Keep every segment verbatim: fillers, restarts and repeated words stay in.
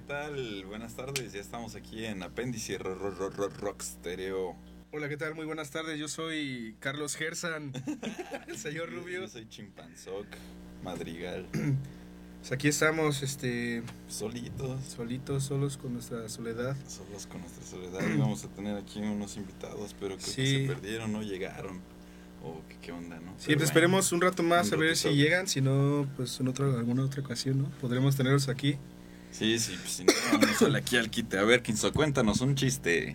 tal? Buenas tardes, ya estamos aquí en Apéndice Ro- Ro- Ro- Ro- Rock Stereo. Hola, ¿qué tal? Muy buenas tardes, yo soy Carlos Gersan, el señor Rubio. Yo soy Chimpanzoc, Madrigal. Pues aquí estamos, este, Solitos, solitos, solos con nuestra soledad. solos con nuestra soledad. Y vamos a tener aquí unos invitados, pero creo Sí. que se perdieron, no llegaron. O qué, qué onda, ¿no? Sí, Pero pues bueno, esperemos un rato más un a ver ratito. si llegan, si no, pues en otra, alguna otra ocasión, ¿no? Podremos tenerlos aquí. Sí, sí, pues si no, vamos a aquí al quite. A ver, Quinzo, cuéntanos un chiste.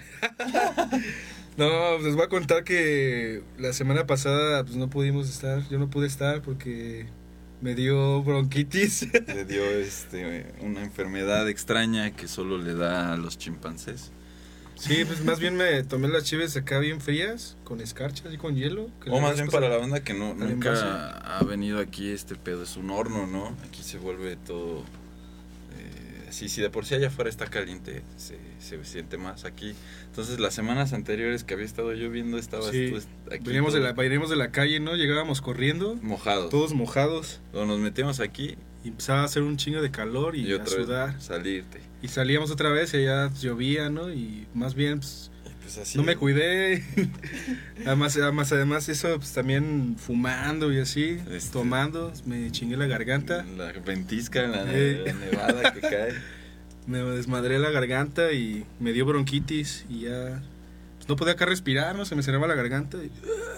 No, pues les voy a contar que la semana pasada pues no pudimos estar, yo no pude estar porque me dio bronquitis. Le dio este una enfermedad extraña que solo le da a los chimpancés. Sí, pues más bien me tomé las chives acá bien frías, con escarcha y con hielo. que O la más vez bien pasada- para la banda que no, al nunca envase. ha venido aquí, este pedo es un horno, ¿no? Aquí se vuelve todo... Eh, sí, sí, de por sí allá afuera está caliente, se, se siente más aquí. Entonces las semanas anteriores que había estado lloviendo estabas Sí, tú est- aquí Veníamos de, todo la, veníamos de la calle, ¿no? Llegábamos corriendo, mojados. todos mojados, O nos metíamos aquí y empezaba a hacer un chingo de calor y, y, a otra vez sudar. salirte. Y salíamos otra vez y allá llovía, ¿no? Y más bien, pues, Y pues así, no me cuidé. además, además, además eso, pues también fumando y así, Este- tomando, me chingué la garganta, La ventisca, la, Eh. la nevada que cae. me desmadré la garganta y me dio bronquitis y ya... Pues no podía acá respirar, ¿no? Se me cerraba la garganta y...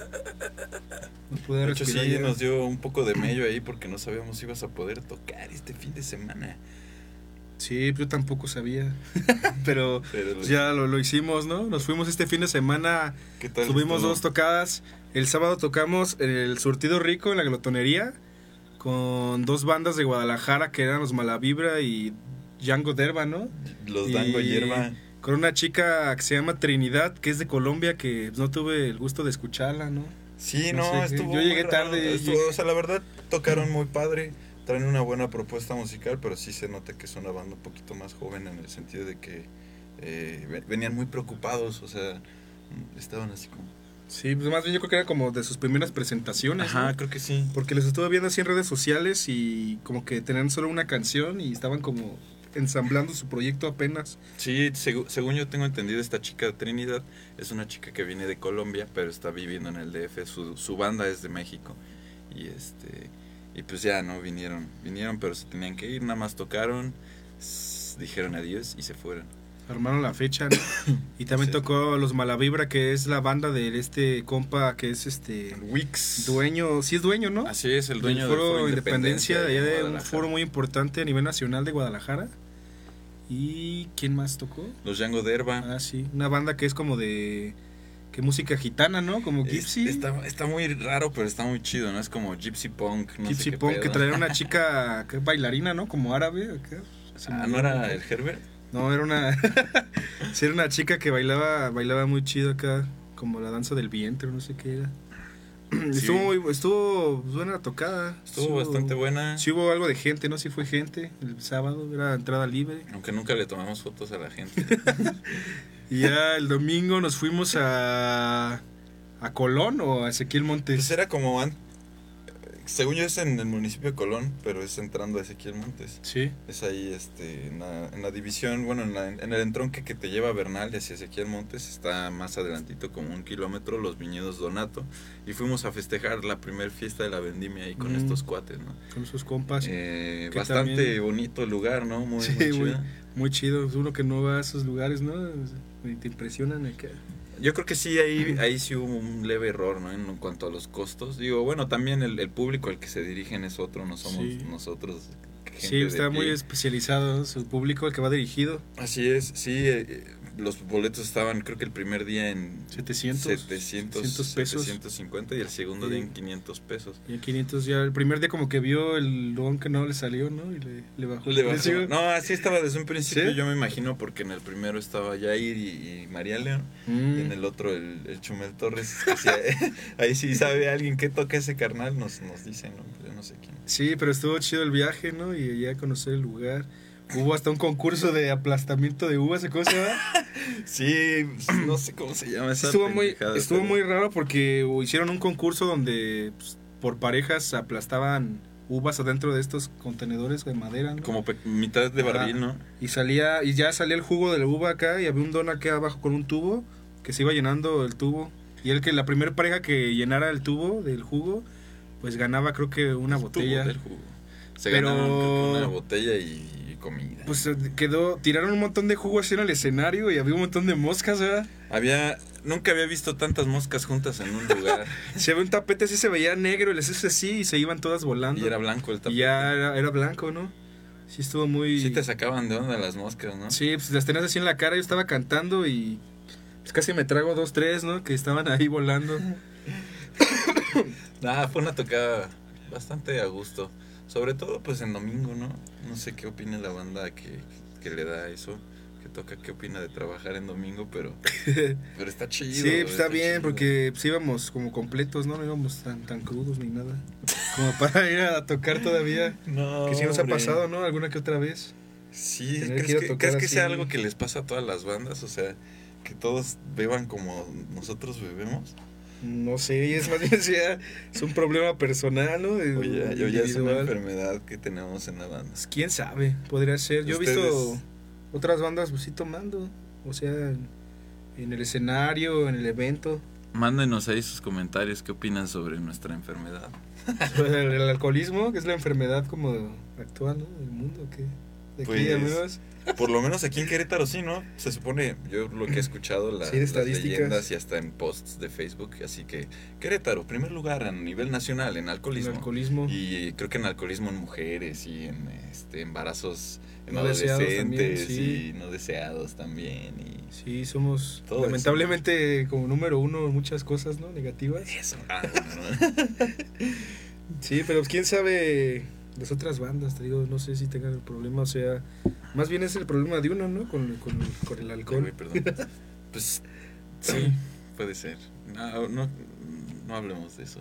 No podía De hecho, respirar. sí, ya. nos dio un poco de mello ahí porque no sabíamos si ibas a poder tocar este fin de semana. Sí, yo tampoco sabía. Pero Pero pues ya lo, lo hicimos, ¿no? Nos fuimos este fin de semana, ¿qué tal tuvimos estuvo? dos tocadas. El sábado tocamos en el Surtido Rico, en la glotonería, con dos bandas de Guadalajara que eran los Malavibra y Django Derba, ¿no? Los Dango y- Hierba. Con una chica que se llama Trinidad, que es de Colombia, que no tuve el gusto de escucharla, ¿no? Sí, no no, sé, estuvo yo muy llegué raro. tarde, Estuvo- llegué- O sea, la verdad, tocaron muy padre. Traen una buena propuesta musical, pero sí se nota que es una banda un poquito más joven en el sentido de que eh, ve- venían muy preocupados, o sea, mm, estaban así como... Sí, pues más bien yo creo que era como de sus primeras presentaciones, Ajá, ¿no? creo que sí. Porque les estuve viendo así en redes sociales y como que tenían solo una canción y estaban como ensamblando su proyecto apenas. Sí, segu- según yo tengo entendido, esta chica Trinidad es una chica que viene de Colombia, pero está viviendo en el D F. Su, su banda es de México. Y este y pues ya no vinieron, vinieron, pero se tenían que ir, nada más tocaron, s- dijeron adiós y se fueron. Armaron la fecha, ¿no? Y también Sí. tocó Los Malavibra, que es la banda de este compa que es este Wix. dueño, sí es dueño, ¿no? Así es, el Del dueño foro del Foro Independencia, de allá en de un Guadalajara. foro muy importante a nivel nacional de Guadalajara. ¿Y quién más tocó? Los Django Derba. Ah, sí, una banda que es como de... que música gitana, ¿no? Como Es- Gypsy. Está, está muy raro, pero está muy chido, ¿no? Es como Gypsy Punk, no sé Gypsy qué Punk, que pedo. traía una chica que es bailarina, ¿no? Como árabe. acá. Se me Ah, ¿no olvidó. era el Herbert? No, era una... sí, era una chica que bailaba bailaba muy chido acá, como la danza del vientre, no sé qué era. Sí. Estuvo muy, estuvo buena la tocada. Estuvo bastante buena. Sí hubo algo de gente, ¿no? Sí fue gente el sábado, era entrada libre. Aunque nunca le tomamos fotos a la gente. Y ya el domingo nos fuimos a... ¿A Colón o a Ezequiel Montes? Pues era como an- según yo es en el municipio de Colón, pero es entrando a Ezequiel Montes. Sí. Es ahí este en la, en la división, bueno, en, la- en el entronque que te lleva a Bernal hacia Ezequiel Montes, está más adelantito como un kilómetro, los viñedos Donato, y fuimos a festejar la primer fiesta de la vendimia ahí con Mm. estos cuates, ¿no? Con sus compas. Eh, que bastante también- bonito el lugar, ¿no? Muy, Sí, muy muy- chido. Muy chido. Uno que no va a esos lugares, ¿no? Te impresionan acá. Yo creo que sí, ahí, ahí sí hubo un leve error, ¿no? En cuanto a los costos. Digo, bueno, también el, el público al que se dirigen es otro, no somos Sí. nosotros. gente Sí, de está muy pie. especializado, ¿no? Su público, el que va dirigido. Así es, sí, eh, los boletos estaban creo que el primer día en setecientos, setecientos, pesos. setecientos cincuenta y el segundo Sí. día en quinientos pesos. Y en quinientos ya, el primer día como que vio el don que no le salió, ¿no? Y le, le bajó el Le bajó. precio. No, así estaba desde un principio, ¿Sí? yo me imagino, porque en el primero estaba Jair y, y María León, Mm. y en el otro el, el Chumel Torres. Que sí, ahí sí sabe alguien que toca ese carnal, nos, nos dice, ¿no? Yo no sé quién. Sí, pero estuvo chido el viaje, ¿no? Y ya conocer el lugar. Hubo hasta un concurso de aplastamiento de uvas, ¿cómo se llama? Sí, no sé cómo se llama esa Estuvo muy, pendejada, estuvo pero- muy raro porque hicieron un concurso donde pues, por parejas aplastaban uvas adentro de estos contenedores de madera, ¿no? Como pe- mitad de barril, ¿no? Y salía, y ya salía el jugo de la uva acá, y había un don acá abajo con un tubo, que se iba llenando el tubo. Y el que la primera pareja que llenara el tubo del jugo, pues ganaba creo que una El botella. tubo del jugo. Se Pero- ganaron creo que una botella y, y comida. Pues eh, quedó, tiraron un montón de jugo así en el escenario y había un montón de moscas, ¿verdad? Había, nunca había visto tantas moscas juntas en un lugar. Se ve un tapete así, se veía negro y les hice así y se iban todas volando. Y era blanco el tapete. Y ya era, era blanco, ¿no? Sí estuvo muy... Sí te sacaban de onda las moscas, ¿no? Sí, pues las tenías así en la cara, yo estaba cantando y pues casi me trago dos, tres, ¿no? Que estaban ahí volando. Ah, fue una tocada bastante a gusto. Sobre todo pues en domingo, ¿no? No sé qué opina la banda que, que le da eso, que toca, qué opina de trabajar en domingo, pero pero está chido. Sí, pues está bien, chido. porque pues íbamos como completos, ¿no? No íbamos tan, tan crudos ni nada. Como para ir a tocar todavía. No, Que sí nos ha hombre. pasado, ¿no? Alguna que otra vez. Sí, Tener que ¿crees ir a que, tocar ¿crees que así? sea algo que les pasa a todas las bandas? O sea, que todos beban como nosotros bebemos. No sé, es más bien sea, es un problema personal, ¿no? De- Oye, yo ya es una individual. enfermedad que tenemos en la banda. Pues, quién sabe, podría ser. Yo he visto Ustedes- otras bandas pues sí tomando, o sea, en, en el escenario, en el evento. Mándenos ahí sus comentarios, qué opinan sobre nuestra enfermedad. Pues, el, el alcoholismo, que es la enfermedad como actual, ¿no? Del mundo, ¿qué? De aquí, Pues, amigos. Por lo menos aquí en Querétaro sí, ¿no? Se supone, yo lo que he escuchado, la, Sí, de las estadísticas. leyendas y hasta en posts de Facebook, así que Querétaro, primer lugar a nivel nacional en El alcoholismo. alcoholismo. Y creo que en alcoholismo en mujeres y en este embarazos en No deseados adolescentes también, sí. y no deseados también. Y Sí, somos Todo lamentablemente como número uno en muchas cosas, ¿no? Negativas. eso. Ah, no. Sí, pero pues, quién sabe las otras bandas, te digo, no sé si tengan el problema, o sea, más bien es el problema de uno, ¿no? Con, con, con el Ay, alcohol. güey, perdón. Pues sí, puede ser. No, no, no hablemos de eso.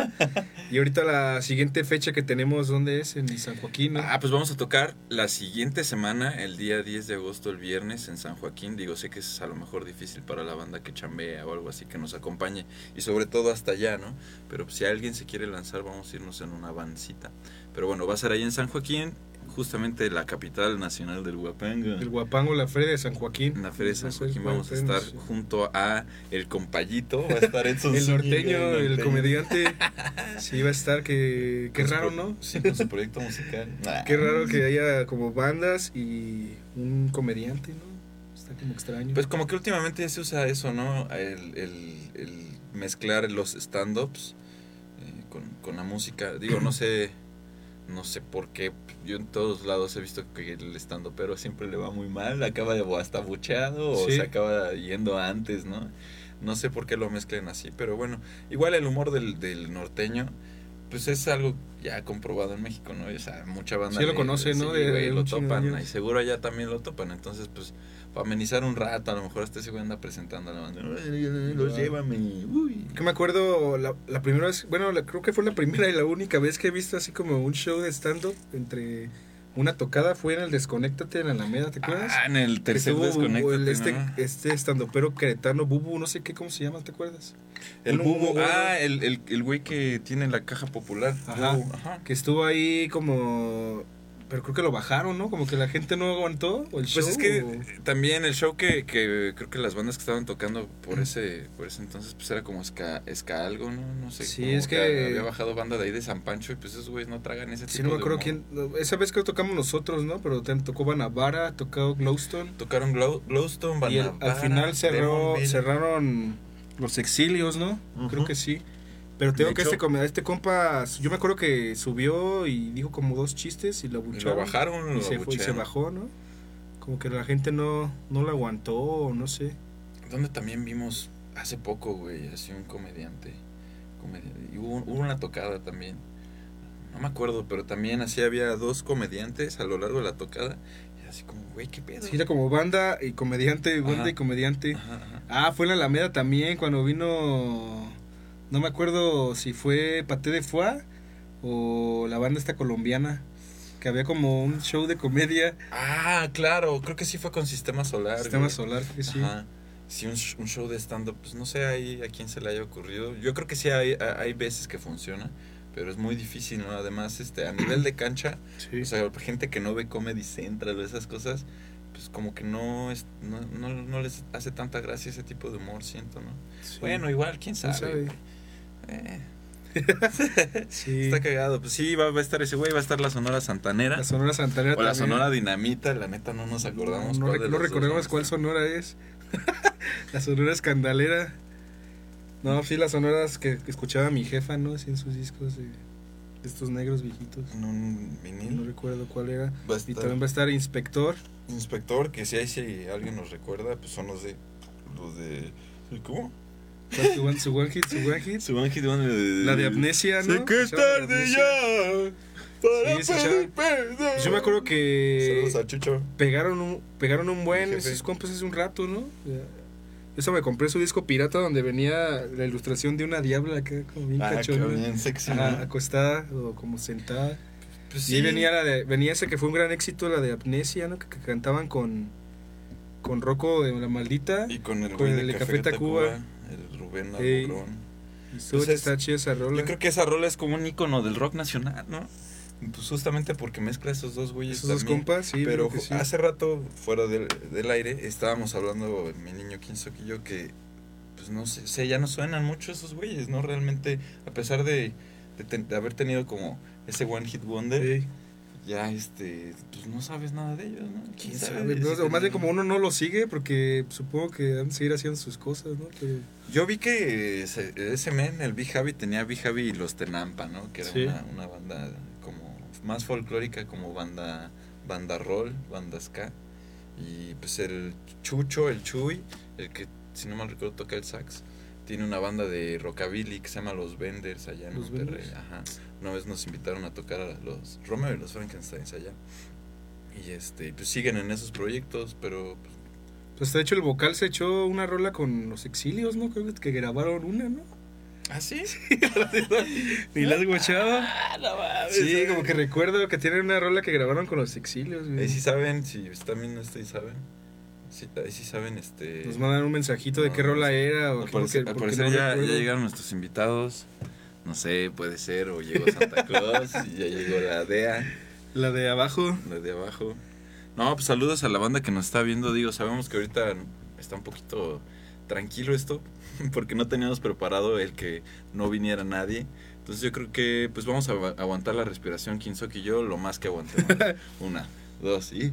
Y ahorita la siguiente fecha que tenemos, ¿dónde es? En San Joaquín, ¿no? Ah, pues vamos a tocar la siguiente semana, el día diez de agosto, el viernes, en San Joaquín. Digo, sé que es a lo mejor difícil para la banda que chambea o algo así que nos acompañe. Y sobre todo hasta allá, ¿no? Pero pues, si alguien se quiere lanzar, vamos a irnos en una vancita. Pero bueno, va a ser ahí en San Joaquín, justamente la capital nacional del Huapango. El Guapango, la Feria de San Joaquín. En la Feria de San Va a ser Joaquín vamos a para estar vernos. junto a el compayito, va a estar en El norteño, el comediante. Sí, va a estar, que qué Con su raro, pro- ¿no? Sí, con su proyecto musical. Qué raro que haya como bandas y un comediante, ¿no? Está como extraño. Pues como que últimamente ya se usa eso, ¿no? El, el, el mezclar los stand-ups eh, con, con la música. Digo, no sé, no sé por qué. Yo en todos lados he visto que el stand-up pero siempre le va muy mal. Acaba de o hasta bucheado o Sí. se acaba yendo antes, ¿no? No sé por qué lo mezclen así, pero bueno. Igual el humor del, del norteño, pues es algo ya comprobado en México, ¿no? O sea, mucha banda Sí lo le- conoce, ¿no? sí, De- güey, de lo un chingo de topan, años. y seguro allá también lo topan. Entonces, pues, para amenizar un rato, a lo mejor hasta ese güey anda presentando a la banda. Los llévame, uy. Que me acuerdo la, la primera vez, bueno, la, creo que fue la primera y la única vez que he visto así como un show de stand-up entre una tocada fue en el Desconéctate en la Alameda, ¿te acuerdas? Ah, en el Que tercer estuvo desconecto. el- este, este estandopero queretano, Bubu, no sé qué, ¿cómo se llama? ¿Te acuerdas? El uno bubu, muy bueno. ah, el, el, el güey que tiene la caja popular. Ajá. Bubu, ajá. Que estuvo ahí como... Pero creo que lo bajaron, ¿no? Como que la gente no aguantó. ¿O el Pues show, es que o- también el show que, que creo que las bandas que estaban tocando por ese por ese entonces pues era como ska, ska algo, ¿no? No sé. Sí, como es que- había bajado banda de ahí de San Pancho y pues esos güeyes no tragan ese tipo Sí, no me de acuerdo humor. quién... Esa vez que tocamos nosotros, ¿no? Pero te tocó Banavara, tocó Glowstone. Tocaron Glow, Glowstone, Y el- Banavara, al final cerró, Demonville. cerraron Los Exilios, ¿no? Ujú. Creo que sí. Pero tengo De que hecho- este, come- este compa, yo me acuerdo que subió y dijo como dos chistes y lo Y lo abucharon. bajaron, Y lo se, fue, y se abuchearon. bajó, ¿no? Como que la gente no, no lo aguantó, o no sé. Donde también vimos hace poco, güey, así un comediante. comediante. Y hubo, hubo una tocada también. No me acuerdo, pero también así había dos comediantes a lo largo de la tocada. Y así como, güey, ¿qué pedo? Sí, era como banda y comediante, banda Ajá. y comediante. Ajá, ajá. Ah, fue en la Alameda también cuando vino, no me acuerdo si fue Paté de Foie o la banda esta colombiana, que había como un show de comedia, Ah, claro, creo que sí fue con Sistema Solar. Sistema güey. Solar, creo que sí. Ajá. Sí, un, sh- un show de stand-up, pues no sé ahí a quién se le haya ocurrido. Yo creo que sí hay, hay veces que funciona, pero es muy difícil, ¿no? Además, este, a nivel de cancha, Sí. o sea, gente que no ve Comedy Central o esas cosas, pues como que no, es, no, no, no les hace tanta gracia ese tipo de humor, siento, ¿no? Sí. Bueno, igual, quién sabe. sabe? güey. Eh. Sí. Está cagado. Pues sí, va, va a estar ese güey, va a estar la Sonora Santanera. La Sonora Santanera o la también. Sonora Dinamita, la neta no nos acordamos. No, no, cuál rec- de no los dos recordemos van a cuál estar. Sonora es. La Sonora Escandalera. No, sí, las sonoras que, que escuchaba mi jefa, ¿no? Así en sus discos de, de estos negros viejitos. En un vinil. No recuerdo cuál era. Va a Y estar también va a estar Inspector. Inspector, que si hay si alguien nos recuerda, pues son los de los de ¿cómo? ¿Cuál Su one, su one hit, su one hit. Su One Hit Wonder de- La de Amnesia, ¿no? Sé que es Se llama tarde Amnesia. ya para Sí, se pedir llama- perdón. Pues yo me acuerdo que Saludos a Chucho. pegaron un, pegaron un buen Mi jefe. esos compas hace un rato, ¿no? Ya. Eso me compré su disco pirata donde venía la ilustración de una diabla acá como bien Ah, cachonda. que bien sexy, Ajá, ¿no? acostada o como sentada. Pues Y ahí venía la de, venía ese que fue un gran éxito, la de Amnesia, ¿no? Que, que cantaban con con Rocco de La Maldita. Y con el con güey el de de Café Café Tacuba, Tacuba. el Rubén Ey. Alborón. Y estuvo- Pues es- está chida esa rola. Yo creo que esa rola es como un icono del rock nacional, ¿no? Pues justamente porque mezcla esos dos güeyes Esos dos también. compas, sí, Pero creo que sí. hace rato, fuera del, del aire, estábamos hablando, mi niño Kinsock y yo, que, pues no sé, o sea, ya no suenan mucho esos güeyes, ¿no? Realmente, a pesar de, de, ten- de haber tenido como ese One Hit Wonder, Sí. ya, este, pues no sabes nada de ellos, ¿no? ¿Quién sabe? No, o más bien como uno no lo sigue, porque supongo que han de seguir haciendo sus cosas, ¿no? Pero Yo vi que ese, ese men, el Big Javi, tenía Big Javi y los Tenampa, ¿no? Que era Sí. una, una banda como más folclórica, como banda banda roll, banda ska. Y pues el Chucho, el Chuy, el que si no mal recuerdo toca el sax, tiene una banda de rockabilly que se llama Los Venders allá en Los Monterrey. Venders. Ajá. Una vez nos invitaron a tocar a los Romeo y los Frankensteins allá. Y este, pues siguen en esos proyectos, pero pues, pues de hecho el vocal se echó una rola con los Exilios, ¿no? Creo que grabaron una, ¿no? ¿ah, sí? Ni las guachaba. Ah, no mames. Sí, como que recuerdo que tienen una rola que grabaron con los Exilios, güey. Ahí sí saben, si están viendo esto y saben. Sí, ahí sí saben, este... Nos mandan un mensajito de no, qué rola sí. era o Al qué, parecer, porque- al porque parecer no ya, ya recuerdo. llegaron nuestros invitados. No sé, puede ser, o llegó Santa Claus y ya llegó la D E A, La de abajo. la de abajo. No, pues saludos a la banda que nos está viendo. Digo, sabemos que ahorita está un poquito tranquilo esto, porque no teníamos preparado el que no viniera nadie. Entonces yo creo que pues vamos a agu- aguantar la respiración, Kinsock y yo, lo más que aguantemos. Una, dos y...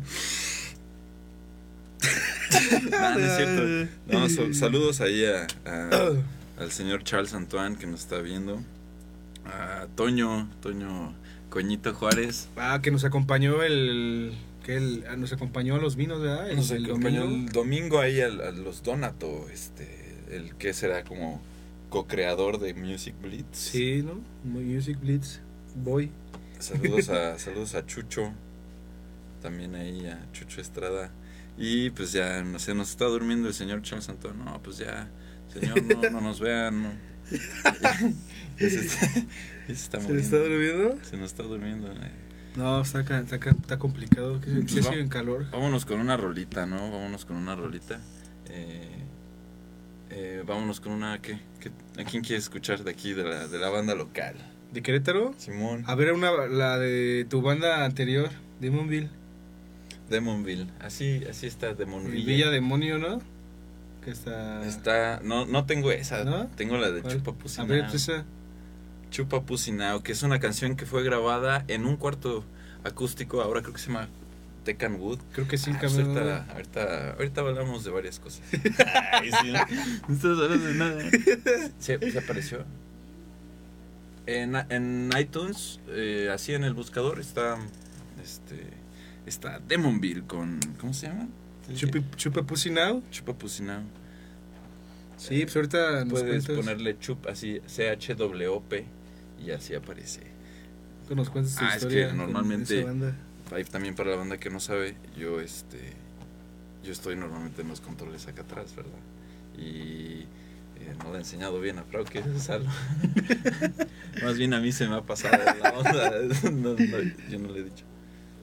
Nah, no es cierto. No, so- saludos ahí a, a- al señor Charles Antoine que nos está viendo. A Toño, Toño Coñito Juárez. Ah, que nos acompañó el... Que el, ah, nos acompañó a los vinos, ¿verdad? El, Nos el acompañó domingo. el domingo ahí a, a los Donato, este, el que será como co-creador de Music Blitz. Sí, ¿no? Music Blitz Boy. Saludos a, saludos a Chucho, también ahí a Chucho Estrada. Y pues ya, no sé, nos está durmiendo el señor Charles Antonio. No, pues ya, señor, no, no nos vean, no. Ya se está, ya se está ¿Se le muriendo. está durmiendo? Se nos está durmiendo. ¿no? No, está, ca- está, ca- está complicado. Que Pues se va- sigue en calor. Vámonos con una rolita, ¿no? Vámonos con una rolita. Eh, eh, vámonos con una, ¿qué? ¿Qué? ¿A quién quieres escuchar de aquí, de la, de la banda local? ¿De Querétaro? Simón. A ver, una, la de tu banda anterior, Demonville. Demonville. Así, así está Demonville. Villa Demonio, ¿no? Que está... Está, no, no tengo esa, ¿No? tengo la de ¿Cuál? Chupa Pussy A ver, Now. pues esa. Chupa Pussy Now, que es una canción que fue grabada en un cuarto acústico, ahora creo que se llama Tecan Wood. Creo que sí, Ah, pues cabrón. ahorita, ahorita, ahorita hablamos de varias cosas. Ay, sí, no, no estás hablando de nada. ¿Se, se apareció? En, en iTunes, eh, así en el buscador, está este está Demonville con... ¿Cómo se llama? Chupi- Chupa Pussy Now. Chupa Pussy Now. Sí, pues ahorita nos Puedes cuentas, ponerle chup así, C H W O P, y así aparece. que nos cuentas tu Ah, es historia. que con normalmente- esa banda. Ahí también para la banda que no sabe, yo este yo estoy normalmente en los controles acá atrás, ¿verdad? Y eh, no le he enseñado bien a Frau que es usarlo. Más bien a mí se me ha pasado la onda. No, no, yo no le he dicho.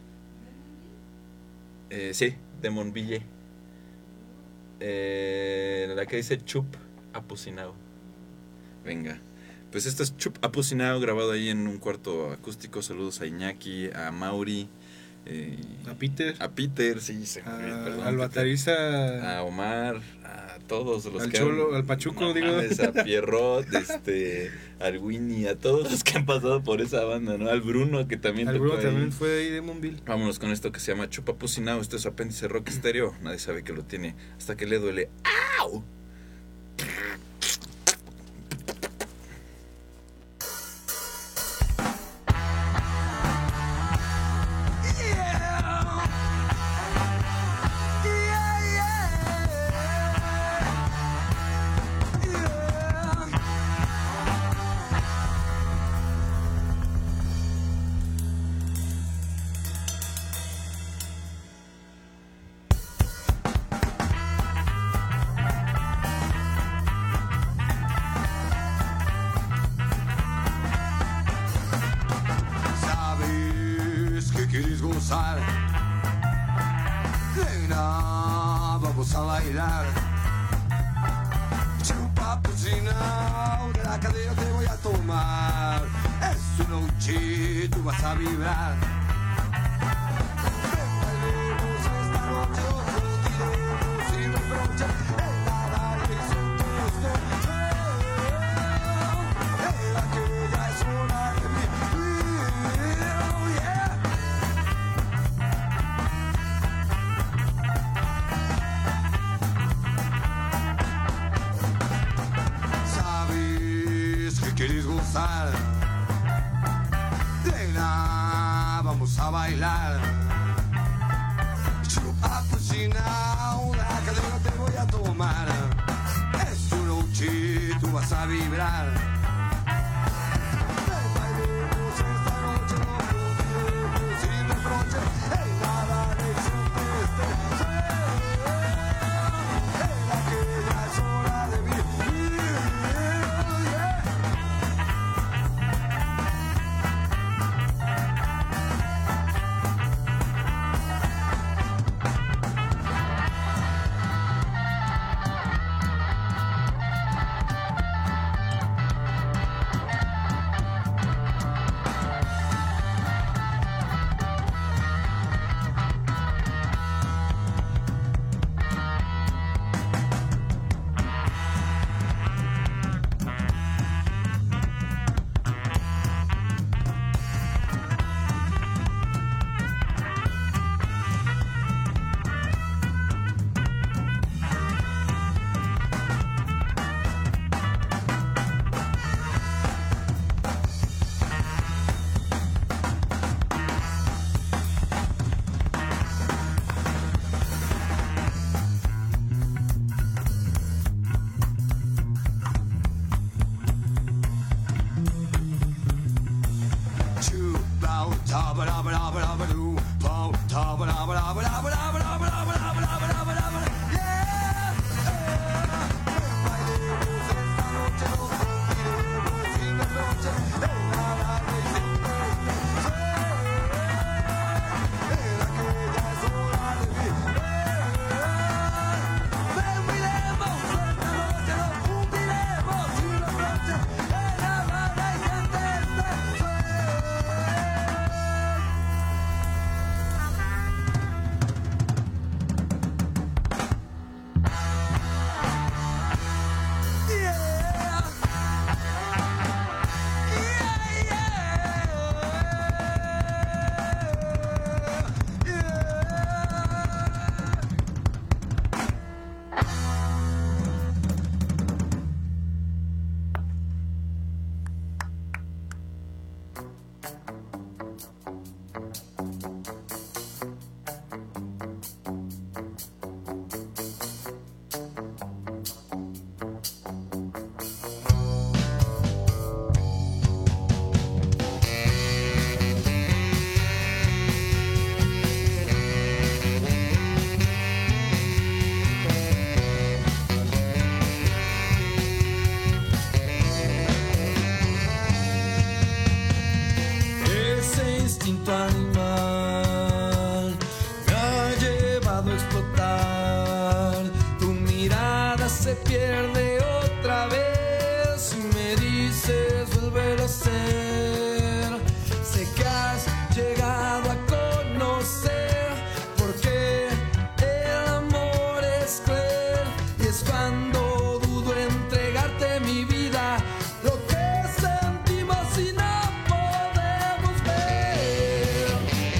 Eh, sí, Demonville. Eh, la que dice Chup Apusinao. Venga. pues esto es Chup a Pussy Now, grabado ahí en un cuarto acústico. Saludos a Iñaki, a Mauri, eh, a Peter, a Peter, sí, se me a, olvidó, perdón, al baterista, a Omar, a todos los al que Cholo, han, al Pachuco, no digo, mames, a Pierrot, este, al Winnie, a todos los que han pasado por esa banda, ¿no? Al Bruno, que también al tocó Bruno ahí. también fue ahí de Monville. Vámonos con esto que se llama Chup a Pussy Now. Esto es Apéndice Rock Stereo. Nadie sabe que lo tiene hasta que le duele. ¡Au! Nena, vamos a bailar. Chupa Pussy Now, de la cadera te voy a tomar. Es una noche, tú vas a vibrar. Ven, bailemos esta noche, nos tiremos sin reproche. En la dirección de nuestro tren. La que ya es hora de vivir, oh yeah. ¿Quieres gozar? Nena, vamos a bailar. Chupa Pussy Now, la cadena te voy a tomar. Es tu noche, tú vas a vibrar. Ven, bailemos esta noche, no vivimos sin reproche. En la dirección de este tren. En la que ya es hora de vivir. se pierde otra vez y me dices conocer. Sé que has llegado a conocer porque el amor es cruel y es cuando dudo entregarte mi vida, lo que sentimos y no podemos ver.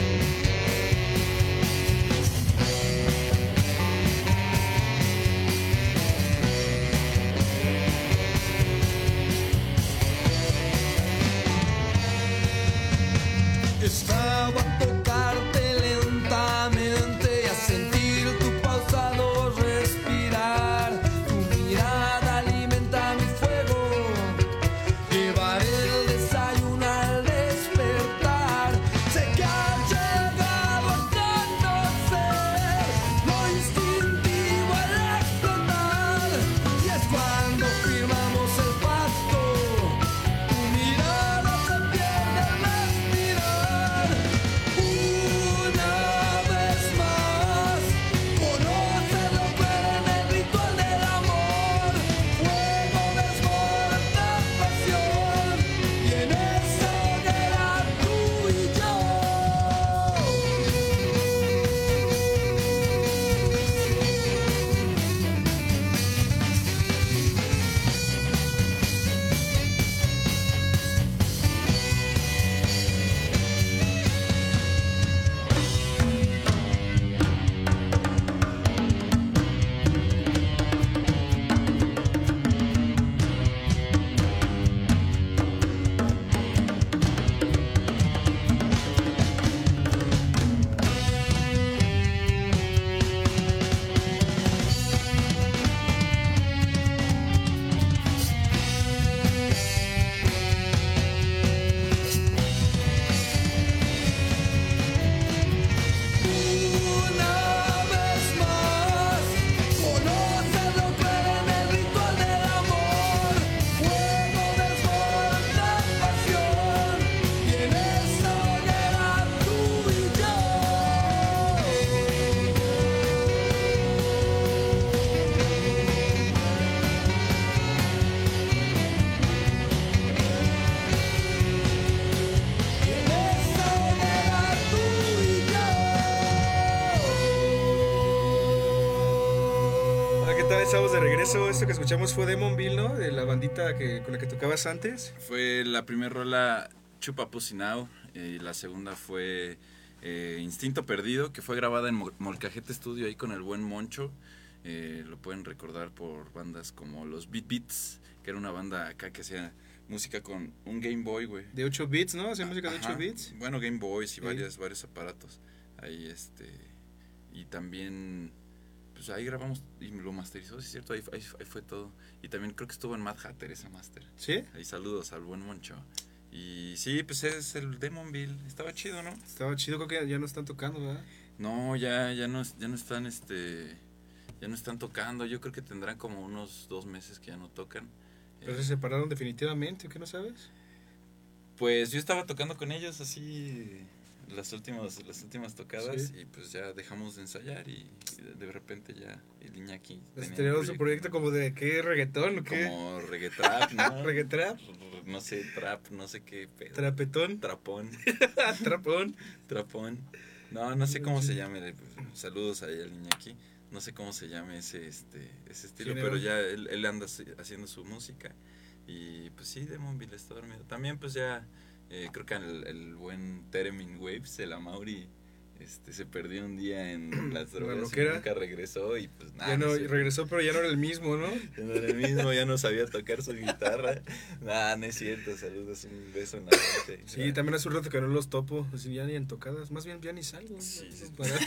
Estaba a tocarte lentamente y a sentir tu pausado respirar. Tu mirada alimenta mi fuego. Llevaré el desayuno al despertar. Sé que has llegado a conocer lo instintivo al explotar. Y es cuando firmamos el pacto. Tu mirada se pierde al respirar. Una vez más, conoce lo que en el ritual del amor. Fuego desborda pasión y en esa hoguera tú y yo. Una vez más, conoce lo que en el ritual del amor. Fuego desborda pasión y en esa hoguera tú y yo. Y en esa hoguera tú y yo. Hola, ¿qué tal? Estamos de regreso. Esto que escuchamos fue Demonville, ¿no? De la bandita que, con la que tocabas antes. Fue la primera rola Chupa Pussy Now, y la segunda fue eh, Instinto Perdido, que fue grabada en Mo- Molcajete Studio ahí con el buen Moncho. Eh, lo pueden recordar por bandas como los Beat Beats, que era una banda acá que hacía música con un Game Boy, güey. De ocho bits, ¿no? Hacía música de Ajá. ocho bits. Bueno, Game Boys y Sí. varias, varios aparatos. Ahí este. Y también. Pues ahí grabamos y lo masterizó, sí es cierto, ahí, ahí- ahí fue todo. Y también creo que estuvo en Mad Hatter esa master. ¿Sí? Ahí saludos al buen Moncho. Y sí, pues es el Demonville. Estaba chido, ¿no? Estaba chido, creo que ya no están tocando, ¿verdad? No, ya, ya no, ya no están, este, ya no están tocando. Yo creo que tendrán como unos dos meses que ya no tocan. Pero Eh, se separaron definitivamente, ¿o qué no sabes? Pues yo estaba tocando con ellos así las últimas, las últimas tocadas, Sí. y pues ya dejamos de ensayar y, y de, de repente ya el Iñaki tenía un Estrenaron su proyecto ¿no? como de ¿qué? ¿Reggaetón o qué? como reggaetrap, ¿no? ¿Reggaetrap? No sé, trap, no sé qué pedo. ¿Trapetón? Trapón. ¿Trapón? Trapón. No, no sé cómo se llame. Saludos ahí al Iñaki. No sé cómo se llame ese este ese estilo, Género. pero ya él, él anda haci- haciendo su música. Y pues sí, Demonville está dormido. También pues ya eh, creo que el, el buen Teremin Waves, el Amauri, este, se perdió un día en las drogas y loquera. nunca regresó y pues nada. Ya no, no sé. regresó, pero ya no era el mismo, ¿no? Ya no era el mismo, ya no sabía tocar su guitarra. Nah, no es cierto, saludos, un beso en la frente. Sí, también hace un rato que no los topo, así ya ni en tocadas, más bien ya ni salgo. Sí, ¿no? sí. Para-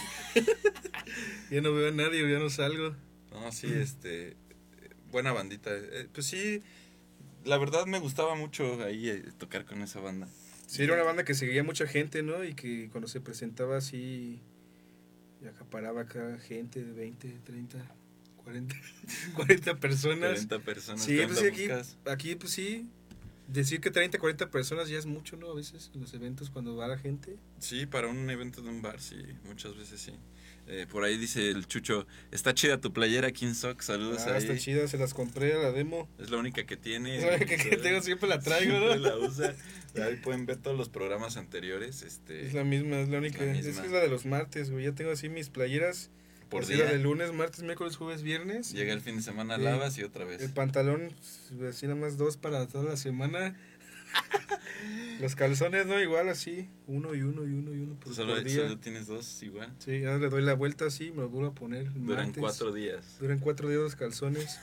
ya no veo a nadie, ya no salgo. No, sí, este, buena bandita. Eh, pues sí, la verdad me gustaba mucho ahí eh, tocar con esa banda. Sí, era una banda que seguía mucha gente, ¿no? Y que cuando se presentaba así, y acaparaba acá gente de veinte, treinta, cuarenta, cuarenta personas. cuarenta personas. Sí, ¿qué pues onda sí, aquí, buscas? aquí pues sí, Decir que treinta, cuarenta personas ya es mucho, ¿no? A veces en los eventos cuando va la gente. Sí, para un evento de un bar, sí, muchas veces sí. Eh, por ahí dice el Chucho, está chida tu playera, King Sock, saludos Ah, ahí. está chida, se las compré a la demo. Es la única que tiene. Es la única que tengo, siempre la traigo, ¿no? Siempre la usa. Ahí pueden ver todos los programas anteriores. Este, Es la misma, es la única. la Es, misma. es la de los martes, güey. Ya tengo así mis playeras. por así día. la de lunes, martes, miércoles, jueves, viernes. Llega el fin de semana, Sí. lavas y otra vez. El pantalón, pues, así nada más dos para toda la semana. Los calzones, ¿no? Igual así. Uno y uno y uno y uno por, Solo, por día. solo tienes dos igual. Sí, ahora le doy la vuelta así, me lo vuelvo a poner. el Duran martes. cuatro días. Duran cuatro días los calzones.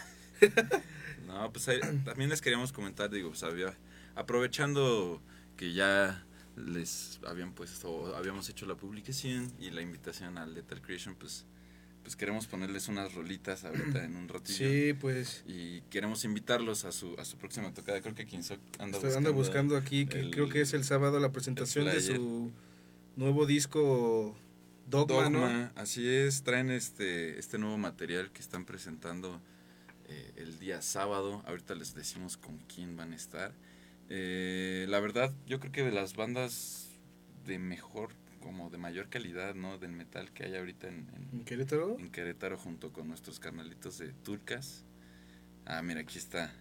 No, pues ahí, también les queríamos comentar, digo, pues había, aprovechando que ya les habían puesto, habíamos hecho la publicación y la invitación al Lethal Creation, pues, pues queremos ponerles unas rolitas ahorita en un ratillo. Sí, pues. Y queremos invitarlos a su a su próxima tocada. Creo que Kinsock anda Estoy, buscando, ando buscando aquí, que el- creo que es el sábado, la presentación de flyer. su nuevo disco Dogma, ¿no? Dogma, así es, traen este este nuevo material que están presentando eh, el día sábado. Ahorita les decimos con quién van a estar. Eh, la verdad, yo creo que de las bandas de mejor, como de mayor calidad, ¿no? Del metal que hay ahorita en, en, ¿En Querétaro? en Querétaro, junto con nuestros carnalitos de Turcas. Ah, mira, aquí está.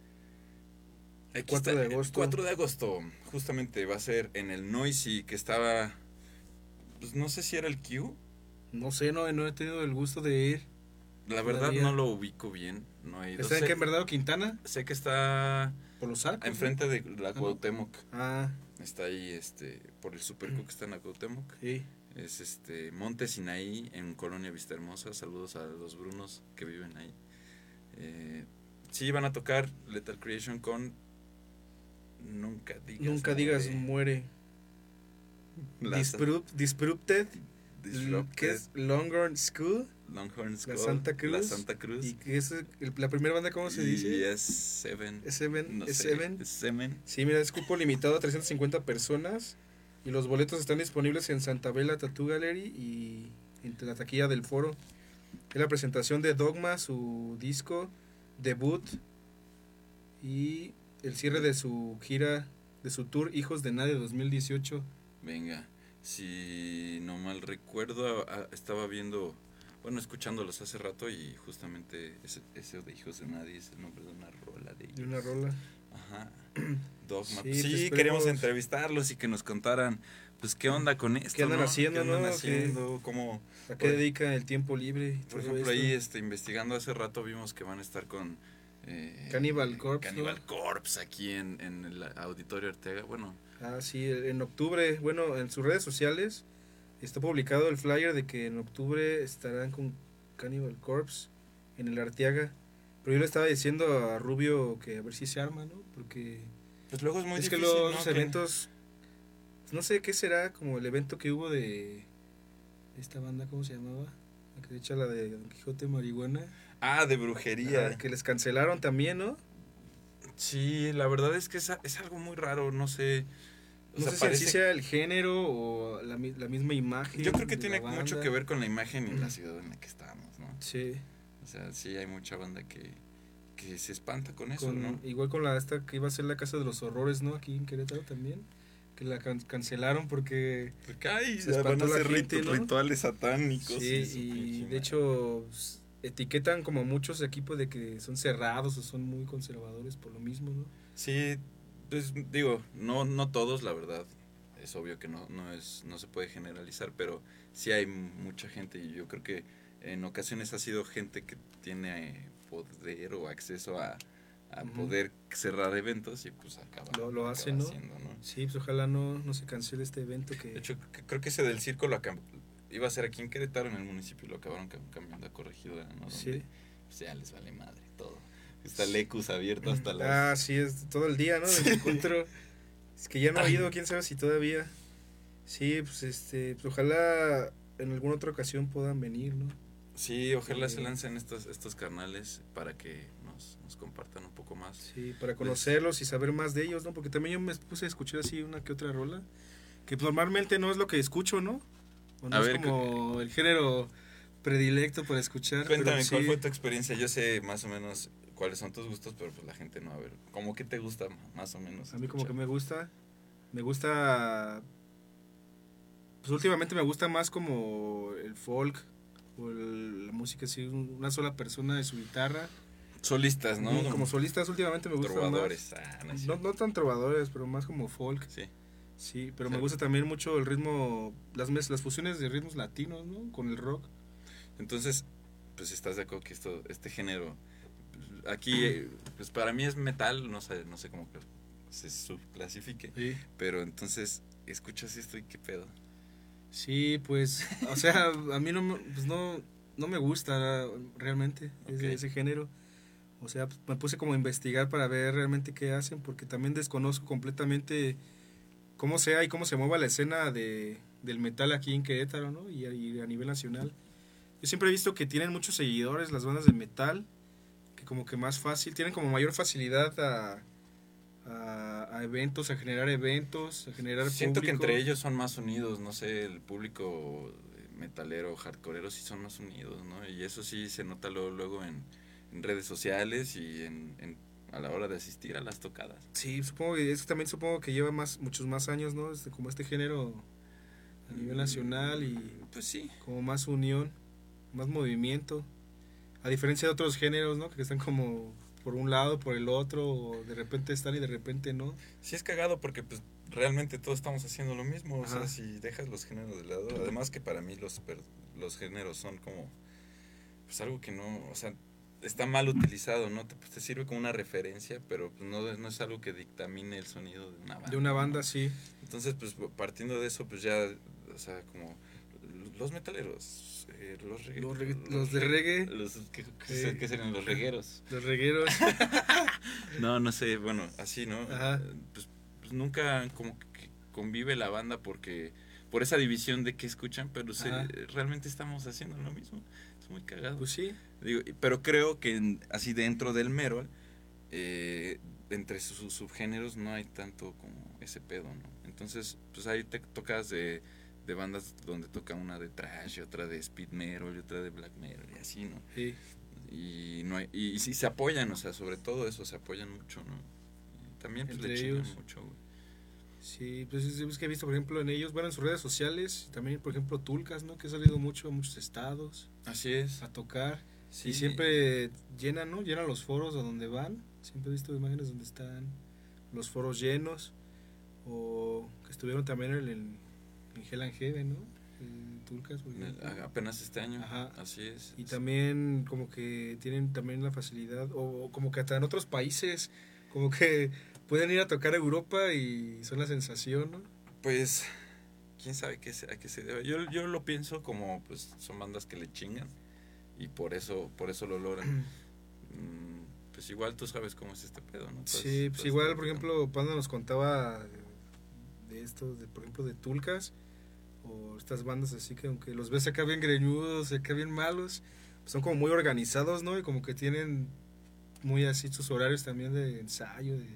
Aquí cuatro está, de el agosto. cuatro de agosto, justamente va a ser en el Noisy, que estaba, pues no sé si era el Q. No sé, no, no he tenido el gusto de ir. La verdad Todavía. no lo ubico bien, no he ido. ¿Está en Sé, qué, en Verdad o Quintana? sé que está Por los arcos. enfrente de la ¿no? Cuauhtémoc. Ah, Está ahí este por el Superco que está en la Cuauhtémoc. sí. Es este Monte Sinaí en Colonia Vista Hermosa. Saludos a los Brunos que viven ahí. Eh, sí, van a tocar Lethal Creation con Nunca digas Nunca digas muere. muere. La- Disrupt, Disrupted, Disrupted, que es Longhorn School. Longhorn Skull, La Santa Cruz. La Santa Cruz. Y que es el- la primera banda, ¿cómo se y dice? es Seven. ¿Es Seven? No ¿Es sé, Seven? es Seven. Sí, mira, es cupo limitado a trescientas cincuenta personas. Y los boletos están disponibles en Santa Bella Tattoo Gallery y en la taquilla del foro. Es la presentación de Dogma, su disco debut y el cierre de su gira, de su tour Hijos de Nadie dos mil dieciocho. Venga, si no mal recuerdo, a- a- estaba viendo, bueno, escuchándolos hace rato y justamente ese, ese de Hijos de Nadie es el nombre de una rola de ellos. De una rola. Ajá. Dogma. Sí, Sí, pues, esperemos- queríamos entrevistarlos y que nos contaran, pues, qué onda con esto, ¿Qué andan ¿no? haciendo, ¿Qué andan no? haciendo? ¿Cómo? ¿A qué Por- dedican el tiempo libre? y Por todo ejemplo, esto? ahí este, investigando hace rato vimos que van a estar con eh, Cannibal Corpse, Cannibal ¿no? Corpse aquí en, en el Auditorio Ortega. Bueno, Ah, sí, en octubre, bueno, en sus redes sociales está publicado el flyer de que en octubre estarán con Cannibal Corpse en el Arteaga. Pero yo le estaba diciendo a Rubio que a ver si se arma, ¿no? Porque pues luego es muy es difícil, que los ¿no? Que- eventos, no sé qué será, como el evento que hubo de esta banda, ¿cómo se llamaba? La que echa la de Don Quijote Marihuana. Ah, de brujería. Ah, que les cancelaron también, ¿no? Sí, la verdad es que es, a- es algo muy raro, no sé. O No sea, sé parece- si así sea el género o la, mi- la misma imagen. Yo creo que de tiene la mucho banda. que ver con la imagen y la ciudad en la que estamos, ¿no? Sí. O sea, sí hay mucha banda que, que se espanta con eso, Con- ¿no? Igual con la esta que iba a ser la Casa de los Horrores, ¿no? Aquí en Querétaro también. Que la can- cancelaron porque... Porque ay, se van a espantó la hacer gente, ritu- ¿no? rituales satánicos. Sí, su y pinche de madre. hecho s- etiquetan como muchos equipos de que son cerrados o son muy conservadores por lo mismo, ¿no? Sí, pues digo, no, no todos, la verdad. Es obvio que no, no es, no se puede generalizar, pero sí hay mucha gente y yo creo que en ocasiones ha sido gente que tiene eh, poder o acceso a, a Ujú. poder cerrar eventos y pues acaba, Lo- lo acaba hacen, ¿no? haciendo, ¿no? Sí, pues ojalá no, no se cancele este evento que... De hecho, c- creo que ese del circo lo acab- iba a ser aquí en Querétaro, en el municipio, y lo acabaron cam- cambiando a Corregidora, ¿no? Donde, Sí. pues ya les vale madre todo. Está el Ecus abierto hasta las... Ah, sí, es todo el día, ¿no? El encuentro. Es que ya no ha ido, quién sabe si todavía. Sí, pues este, pues ojalá en alguna otra ocasión puedan venir, ¿no? Sí, ojalá Sí. se lancen estos, estos carnales para que nos, nos compartan un poco más. Sí, para conocerlos y saber más de ellos, ¿no? Porque también yo me puse a escuchar así una que otra rola, que normalmente no es lo que escucho, ¿no? O no A es ver, como el género predilecto para escuchar. Cuéntame, pero ¿cuál sí. fue tu experiencia? Yo sé más o menos cuáles son tus gustos, pero pues la gente no. A ver, ¿cómo que te gusta más o menos? A mí como que escuchar? me gusta, me gusta, pues últimamente me gusta más como el folk o el- la música así, un- una sola persona de su guitarra. Solistas, ¿no? Mm, Como solistas últimamente me gustan Trovadores. Ah, no, más. es No, cierto. no tan trovadores, pero más como folk. Sí. Sí, pero Sí. me gusta también mucho el ritmo, las, mez- las fusiones de ritmos latinos, ¿no? Con el rock. Entonces, pues estás de acuerdo que esto, este género, pues, aquí, eh, pues para mí es metal, no sé, no sé cómo que se subclasifique, Sí. pero entonces escuchas esto y qué pedo. Sí, pues, o sea, a mí no, me- pues no, no me gusta realmente ese, Ok. ese género. O sea, pues, me puse como a investigar para ver realmente qué hacen, porque también desconozco completamente cómo sea y cómo se mueva la escena de, del metal aquí en Querétaro, ¿no? Y, a- y a nivel nacional. Yo siempre he visto que tienen muchos seguidores las bandas de metal, que como que más fácil, tienen como mayor facilidad a, a, a eventos, a generar eventos, a generar Siento que público. entre ellos son más unidos, no sé, el público metalero, hardcoreero sí son más unidos, ¿no? Y eso sí se nota luego, luego en, en redes sociales y en, en a la hora de asistir a las tocadas. Sí, supongo que eso también supongo que lleva más muchos más años, ¿no? Este, como este género a nivel nacional y Pues sí. como más unión, más movimiento. A diferencia de otros géneros, ¿no? Que están como por un lado, por el otro, o de repente están y de repente no. Sí es cagado porque pues realmente todos estamos haciendo lo mismo, o sea, Ajá. si dejas los géneros de lado, además que para mí los per- los géneros son como pues algo que no, o sea, está mal utilizado, ¿no? Te, pues, te sirve como una referencia, pero pues, no, no es algo que dictamine el sonido de una banda. De una banda, ¿no? sí. Entonces, pues partiendo de eso, pues ya, o sea, como los metaleros, eh, los, regga- Los regga- los de reggae. los que, que Sí. se- que serían los regueros. Los regueros. No, no sé, bueno, así, ¿no? Ajá. Eh, Pues, pues nunca como que convive la banda porque por esa división de que escuchan, pero se- Ajá. realmente estamos haciendo lo mismo. Es muy cagado. Pues sí. Digo, y- pero creo que en- así dentro del Merol, eh, entre sus, sus subgéneros no hay tanto como ese pedo, ¿no? Entonces, pues ahí te tocas de, de bandas donde toca una de thrash y otra de speed metal y otra de black metal y así, ¿no? Sí. Y no hay, y, y sí se apoyan, o sea, sobre todo eso, se apoyan mucho, ¿no? Y también pues Entre le chingan ellos. mucho, güey. Sí, pues es es que he visto, por ejemplo, en ellos, bueno, en sus redes sociales, también, por ejemplo, Tulcas, ¿no? Que ha salido mucho a muchos estados Así es. a tocar. Sí. Y siempre llenan, ¿no? Llenan los foros a donde van. Siempre he visto imágenes donde están los foros llenos. O que estuvieron también en, el, en Hell and Heaven, ¿no? En Tulcas, por En el- ejemplo. a- apenas este año. Ajá. Así es. Y también como que tienen también la facilidad, o, o como que hasta en otros países, como que pueden ir a tocar a Europa y son la sensación, ¿no? Pues, quién sabe qué se, a qué se debe. Yo, yo lo pienso como, pues, son bandas que le chingan y por eso, por eso lo logran. Mm, pues igual tú sabes cómo es este pedo, ¿no? Tú has- Sí, tú pues has igual, estado por tocando. ejemplo, Panda nos contaba de, de esto, de, por ejemplo, de Tulcas, o estas bandas así que aunque los ves acá bien greñudos, acá bien malos, pues son como muy organizados, ¿no? Y como que tienen muy así sus horarios también de ensayo, de, de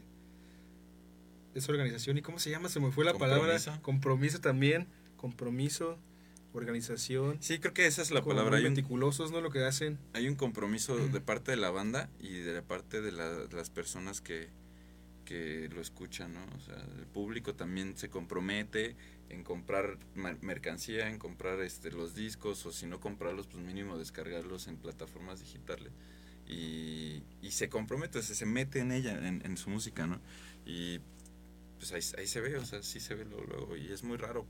esa organización. ¿Y cómo se llama? Se me fue la palabra. Compromiso. Compromiso también, compromiso, organización. Sí, creo que esa es la Como palabra. muy Hay un, meticulosos, ¿no? Lo que hacen. hay un compromiso de parte de la banda y de la parte de, la- de las personas que, que lo escuchan, ¿no? O sea, el público también se compromete en comprar ma- mercancía, en comprar este los discos, o si no comprarlos, pues mínimo descargarlos en plataformas digitales. Y, y se compromete, o sea, se mete en ella, en, en su música, ¿no? Y pues ahí, ahí se ve, o sea, sí se ve luego, luego, y es muy raro.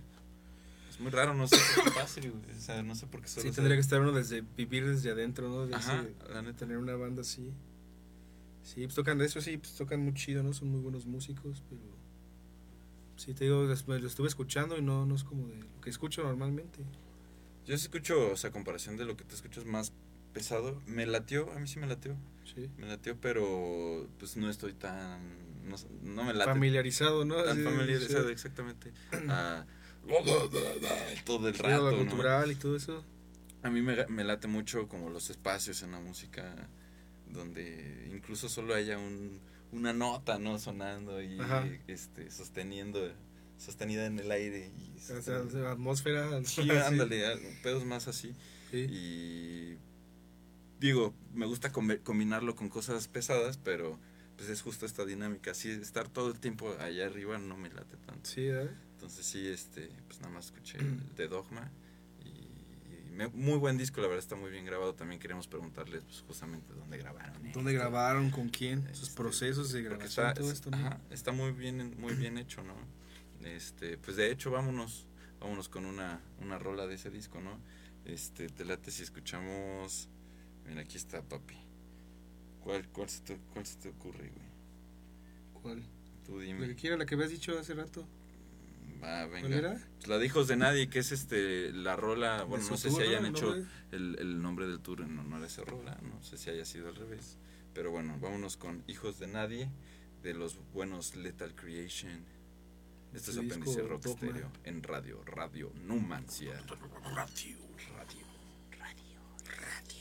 Es muy raro, no sé qué pase, güey, o sea, no sé por qué solo Sí, se- tendría que estar uno desde vivir desde adentro, ¿no? De Ajá, ese- la neta. tener una banda así. Sí, pues tocan de eso, sí, pues tocan muy chido, ¿no? Son muy buenos músicos, pero sí, te digo, des- lo estuve escuchando y no, no es como de lo que escucho normalmente. Yo sí escucho, o sea, a comparación de lo que te escuchas más pesado, me latió, a mí sí me latió, Sí. me latió, pero pues no estoy tan, no, no me late Familiarizado, ¿no? tan Así, familiarizado sí. exactamente a todo el Sí, rato, lo ¿no? cultural y todo eso. A mí me, me late mucho como los espacios en la música donde incluso solo haya un, una nota, ¿no? Sonando y Ajá. este sosteniendo, sostenida en el aire y O sea, o sea, atmósfera, sí, así. ándale, algo, pedos más así. Sí. Y digo, me gusta com- combinarlo con cosas pesadas, pero pues es justo esta dinámica. Así estar todo el tiempo allá arriba no me late tanto. Sí, ¿eh? Entonces sí, este, pues nada más escuché el de Dogma. Y, y me- muy buen disco, la verdad está muy bien grabado. También queremos preguntarles pues, justamente dónde grabaron. ¿Dónde esto. grabaron? ¿Con quién? Sus Este, procesos de Porque grabación, está, todo es- esto, ¿no? ajá, está muy bien, muy bien hecho, ¿no? Este, pues de hecho vámonos, vámonos con una, una rola de ese disco, ¿no? Este, te late si escuchamos. Mira, aquí está, papi. ¿Cuál, cuál, se, te, cuál se te ocurre, güey? ¿Cuál? Tú La dime. que quiera, la que habías dicho hace rato. Va, venga. ¿Cuál era? Pues la de Hijos de Nadie, que es este la rola. Bueno, De no su sé si tour, hayan ¿no? hecho ¿No? el, el nombre del tour en honor a esa rola. No sé si haya sido al revés. Pero bueno, vámonos con Hijos de Nadie, de los buenos Lethal Creation. Esto es Su Apéndice disco Rock Dogma. Stereo en radio, Radio Numancia. Radio, radio, radio, radio.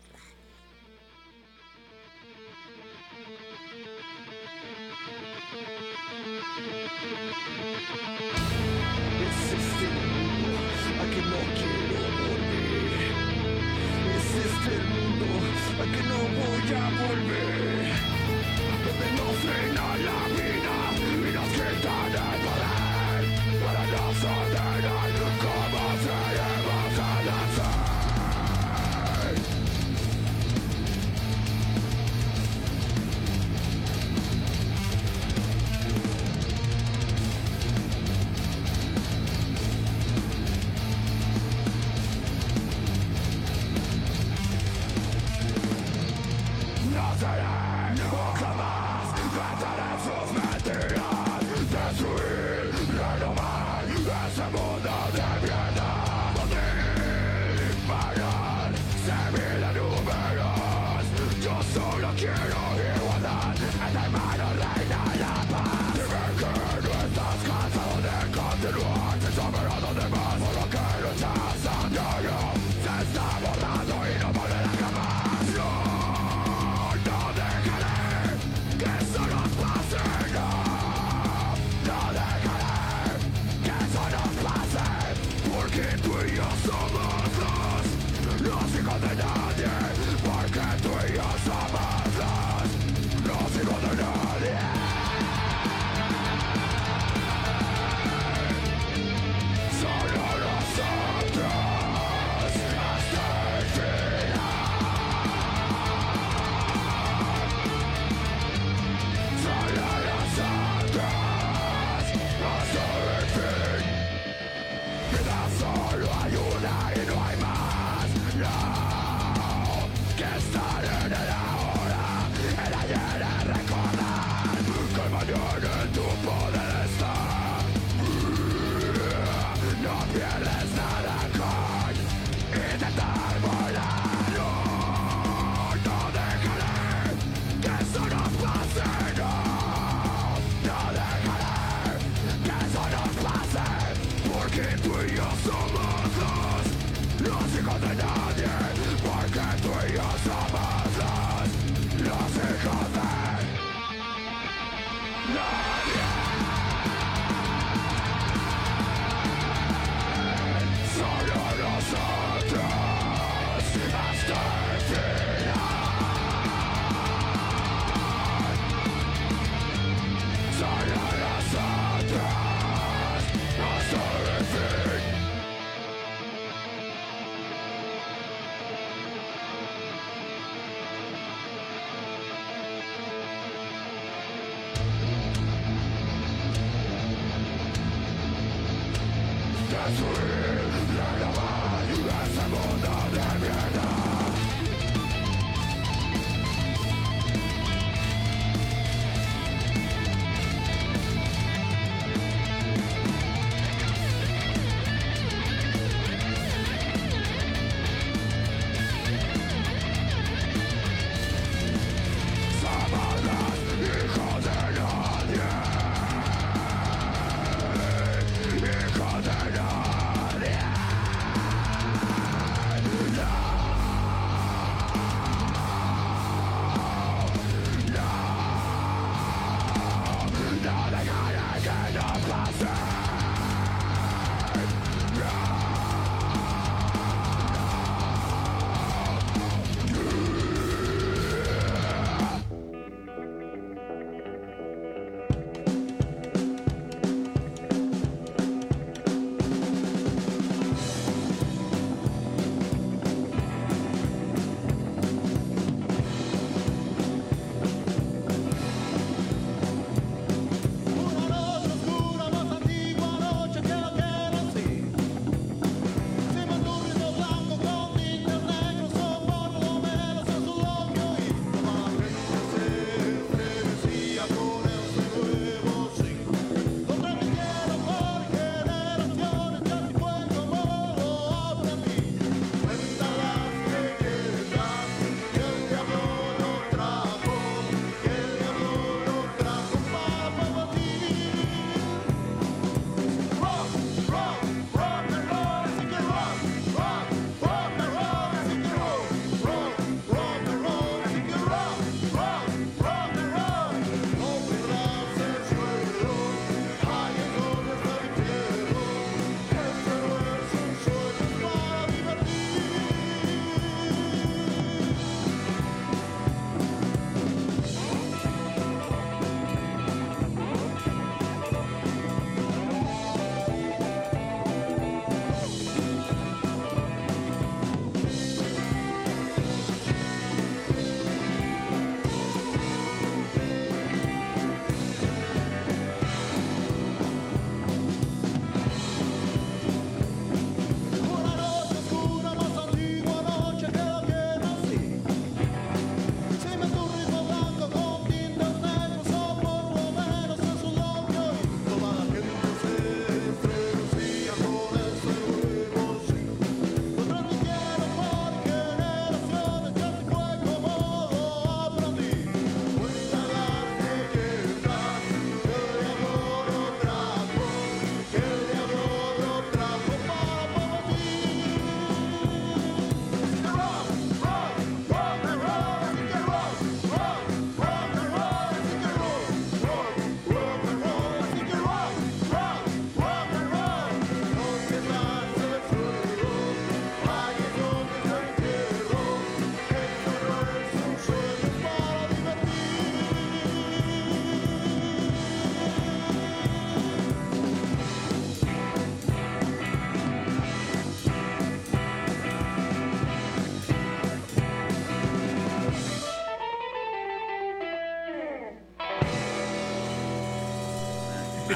Es este mundo a que no quiero volver. Es este el mundo a que no voy a volver. Donde no frena la vida y nos quitan el poder. Para nos ordenar cómo seremos a nacer. No seré nunca más, venceré sus mentiras, destruir, renovar ese mundo de mierda. Morir, parar, servir de números, yo solo quiero igualdad, en hermano reina la paz. Dime que no estás cansado de continuar sin saber a dónde vas, por lo que luchas a diario, se está borrando y no volverá jamás. No. No dejaré que eso nos pase, no. No dejaré que eso nos pase, porque tú y yo somos los, los hijos de nadie. Porque tú y yo somos los, los hijos de nadie. Solo nosotros hasta el final. Solo nosotros hasta el fin. Vida solo hay una y no hay más. No, que estar en el ahora, el ayer es recordar que el mañana en tu poder está. No pierdes nada con intentar volar. No, no dejaré que eso nos pase, no. No dejaré que eso nos pase, porque tú y yo somos los, los hijos de nadie. Porque tú y yo somos los, los hijos de nadie. Solo nosotros hasta el final. Solo nosotros hasta el fin. Destruir, renovar ese mundo de mierda. Somos los hijos de nadie. Hijos de nadie.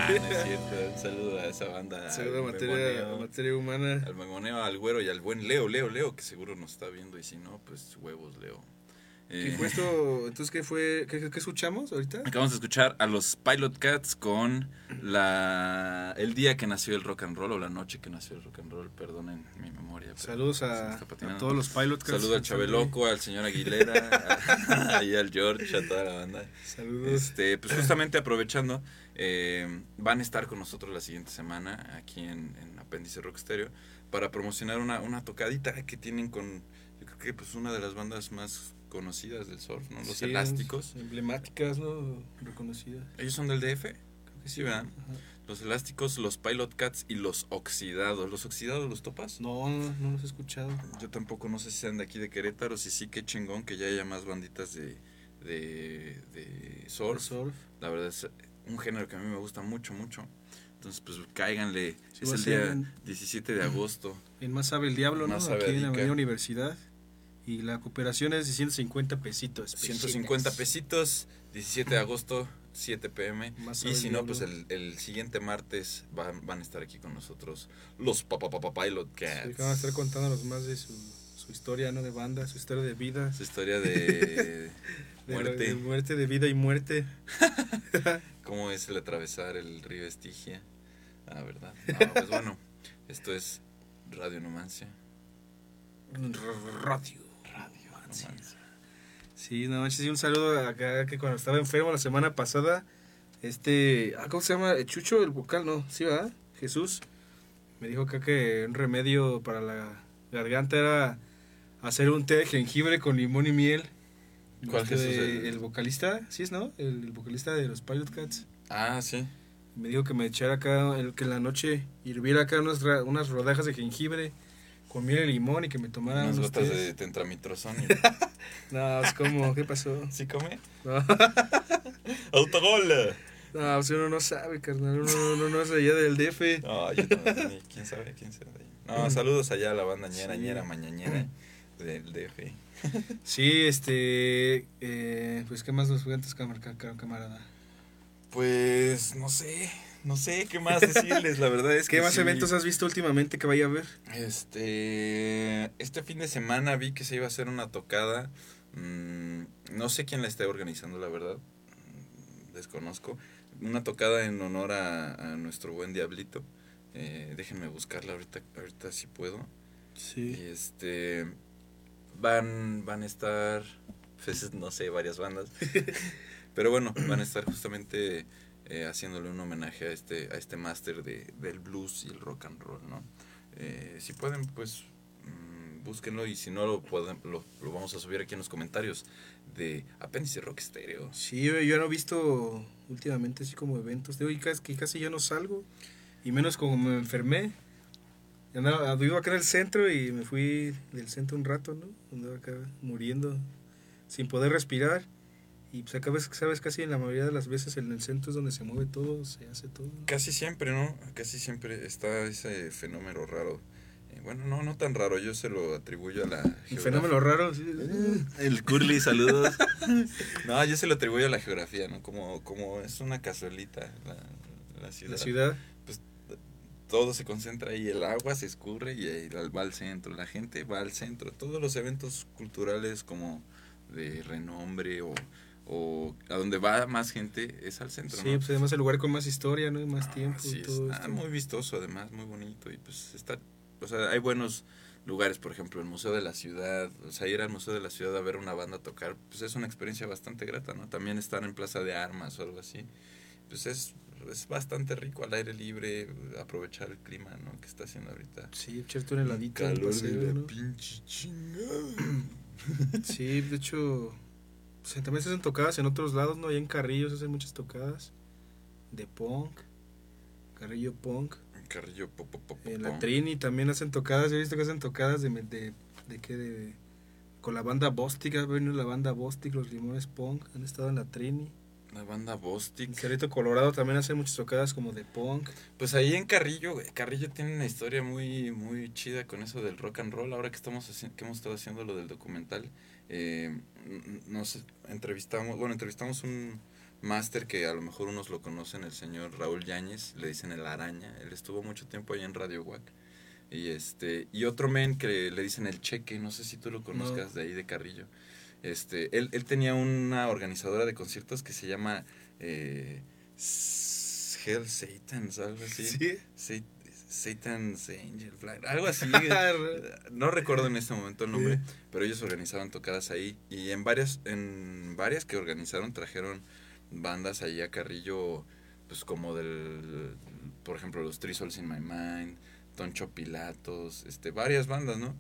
Ah, no es cierto. Un saludo a esa banda. Saludo a al materia, Memoneo, a materia humana. al Memoneo, al Güero y al buen Leo, Leo, Leo, que seguro nos está viendo. Y si no, pues huevos, Leo. ¿Qué Eh, fue esto? Entonces, ¿qué fue? ¿Qué, qué escuchamos ahorita? Acabamos de escuchar a los Pilot Cats con la el día que nació el rock and roll o la noche que nació el rock and roll, perdonen mi memoria. pero Saludos se me a, está a patinando. todos los Pilot Cats. Saludo al Chabeloco, al señor Aguilera, a- y al George, a toda la banda. Saludos. Este, pues justamente aprovechando, eh, van a estar con nosotros la siguiente semana aquí en, en Apéndice Rock Stereo para promocionar una, una tocadita que tienen con, yo creo que pues una de las bandas más conocidas del surf, ¿no? Los Sí, Elásticos. Emblemáticas, ¿no? Reconocidas. Ellos son del D F, Creo que sí, ¿verdad? Ajá. Los Elásticos, los Pilot Cats y los Oxidados. ¿Los Oxidados los topas? No, no, no los he escuchado. Yo tampoco, no sé si sean de aquí de Querétaro, si sí, qué chingón que ya haya más banditas de, de, de surf. Surf. La verdad es un género que a mí me gusta mucho, mucho. Entonces, pues cáiganle. Sí, es va a el ser día en- diecisiete de agosto. En Más Sabe el Diablo, ¿no? Más Sabe Aquí en la Adica. Avenida Universidad. Y la cooperación es de ciento cincuenta pesitos. ciento cincuenta pesitos, diecisiete de agosto, siete pm. Más sabe Y el si no, diablo. pues el, el siguiente martes van, van a estar aquí con nosotros los Papapapa Pilot Cats. Sí, que van a estar contándonos más de su, su historia, ¿no? De banda, su historia de vida. Su historia de De, muerte. de muerte, de vida y muerte. ¿Cómo es el atravesar el río Estigia? Ah, ¿verdad? No, pues bueno, esto es Radio Numancia. Radio. Radio Numancia. Sí, no manches, sí, un saludo acá que cuando estaba enfermo la semana pasada, este, ah, ¿cómo se llama? Chucho, el vocal, no, sí, ¿verdad? Jesús, me dijo acá que un remedio para la garganta era hacer un té de jengibre con limón y miel. ¿Cuál Este, Jesús? El, El- vocalista, sí es, ¿no? El, el vocalista de los Pilot Cats. Ah, sí. Me dijo que me echara acá, el, que en la noche hirviera acá unas, ra- unas rodajas de jengibre con miel y limón y que me tomara Unas unos gotas tés. de tentramitrozón. y- No, es como, ¿qué pasó? ¿Sí come? No. ¡Autogol! No, pues uno no sabe, carnal. Uno, uno no es allá del D F. No, yo no, ni- quién sabe, quién sabe. No, saludos allá a la banda ñera, Sí. ñera, mañañera del D F. Sí, este. Eh, pues, ¿qué más nos cuentas, cámara- ca- ca- camarada? Pues, no sé, no sé qué más decirles, la verdad es que ¿Qué más sí. eventos has visto últimamente que vaya a ver? Este, este fin de semana vi que se iba a hacer una tocada. mm, no sé quién la esté organizando, la verdad. mm, Desconozco. Una tocada en honor a, a nuestro buen Diablito. Eh, déjenme buscarla ahorita, ahorita si puedo. Y Sí. este, van, van a estar, pues, no sé, varias bandas. Pero bueno, van a estar justamente eh, haciéndole un homenaje a este, a este máster de, del blues y el rock and roll, ¿no? Eh, si pueden, pues mm, búsquenlo, y si no lo pueden, lo, lo vamos a subir aquí en los comentarios de Apéndice Rock Stereo. Sí, yo, yo no he visto últimamente así como eventos. Digo, y casi, que casi ya no salgo. Y menos como me enfermé. Andaba, vivo acá en el centro y me fui del centro un rato, ¿no? Andaba acá muriendo sin poder respirar. Y pues acá ves, sabes, casi en la mayoría de las veces en el centro es donde se mueve todo, se hace todo. Casi siempre, ¿no? Casi siempre está ese fenómeno raro. Eh, bueno, no, no tan raro, yo se lo atribuyo a la El geografía. fenómeno raro, sí. El Curly, saludos. No, yo se lo atribuyo a la geografía, ¿no? Como, como es una cazuelita la, la ciudad. La ciudad. Todo se concentra ahí, el agua se escurre y ahí va al centro, la gente va al centro. Todos los eventos culturales como de renombre o, o a donde va más gente es al centro, Sí, ¿no? pues además el lugar con más historia, ¿no? Y más Ah, tiempo sí, y es todo ah, esto. muy vistoso además, muy bonito y pues está, o sea, hay buenos lugares, por ejemplo, el Museo de la Ciudad, o sea, ir al Museo de la Ciudad a ver una banda tocar, pues es una experiencia bastante grata, ¿no? También estar en Plaza de Armas o algo así, pues es, es bastante rico al aire libre, aprovechar el clima, ¿no? Que está haciendo ahorita. Sí, echarte un heladito. un Calor paseo, de la ¿no? pinche chingada. Sí, de hecho, se- también se hacen tocadas en otros lados, ¿no? Allá en Carrillo se hacen muchas tocadas de punk, Carrillo punk. Carrillo, po, po, po, po, En la po. Trini también hacen tocadas, he visto que hacen tocadas de, de, de, qué, de, con la banda Bostic, ha venido la banda Bostic, los Limones Punk, han estado en la Trini. La banda En Bostic. Cerrito Colorado también hacen muchas tocadas como de punk. Pues ahí en Carrillo, güey, Carrillo tiene una historia muy muy chida con eso del rock and roll. Ahora que estamos haci- que hemos estado haciendo lo del documental, eh, n- nos entrevistamos, bueno, entrevistamos un, máster que a lo mejor unos lo conocen, el señor Raúl Yáñez, le dicen el Araña, él estuvo mucho tiempo ahí en Radio Guac. Y este y otro men que le dicen el Cheque, no sé si tú lo conozcas, no. De ahí de Carrillo. Este, él, él tenía una organizadora de conciertos que se llama eh, Hell Satans, algo así. ¿Sí? Sat, Satan's Angel Flag, algo así. No recuerdo en este momento el nombre, sí. Pero ellos organizaban tocadas ahí. Y en varias, en varias que organizaron trajeron bandas ahí a Carrillo, pues como del, por ejemplo, los Three Souls in My Mind, Toncho Pilatos, este, varias bandas, ¿no?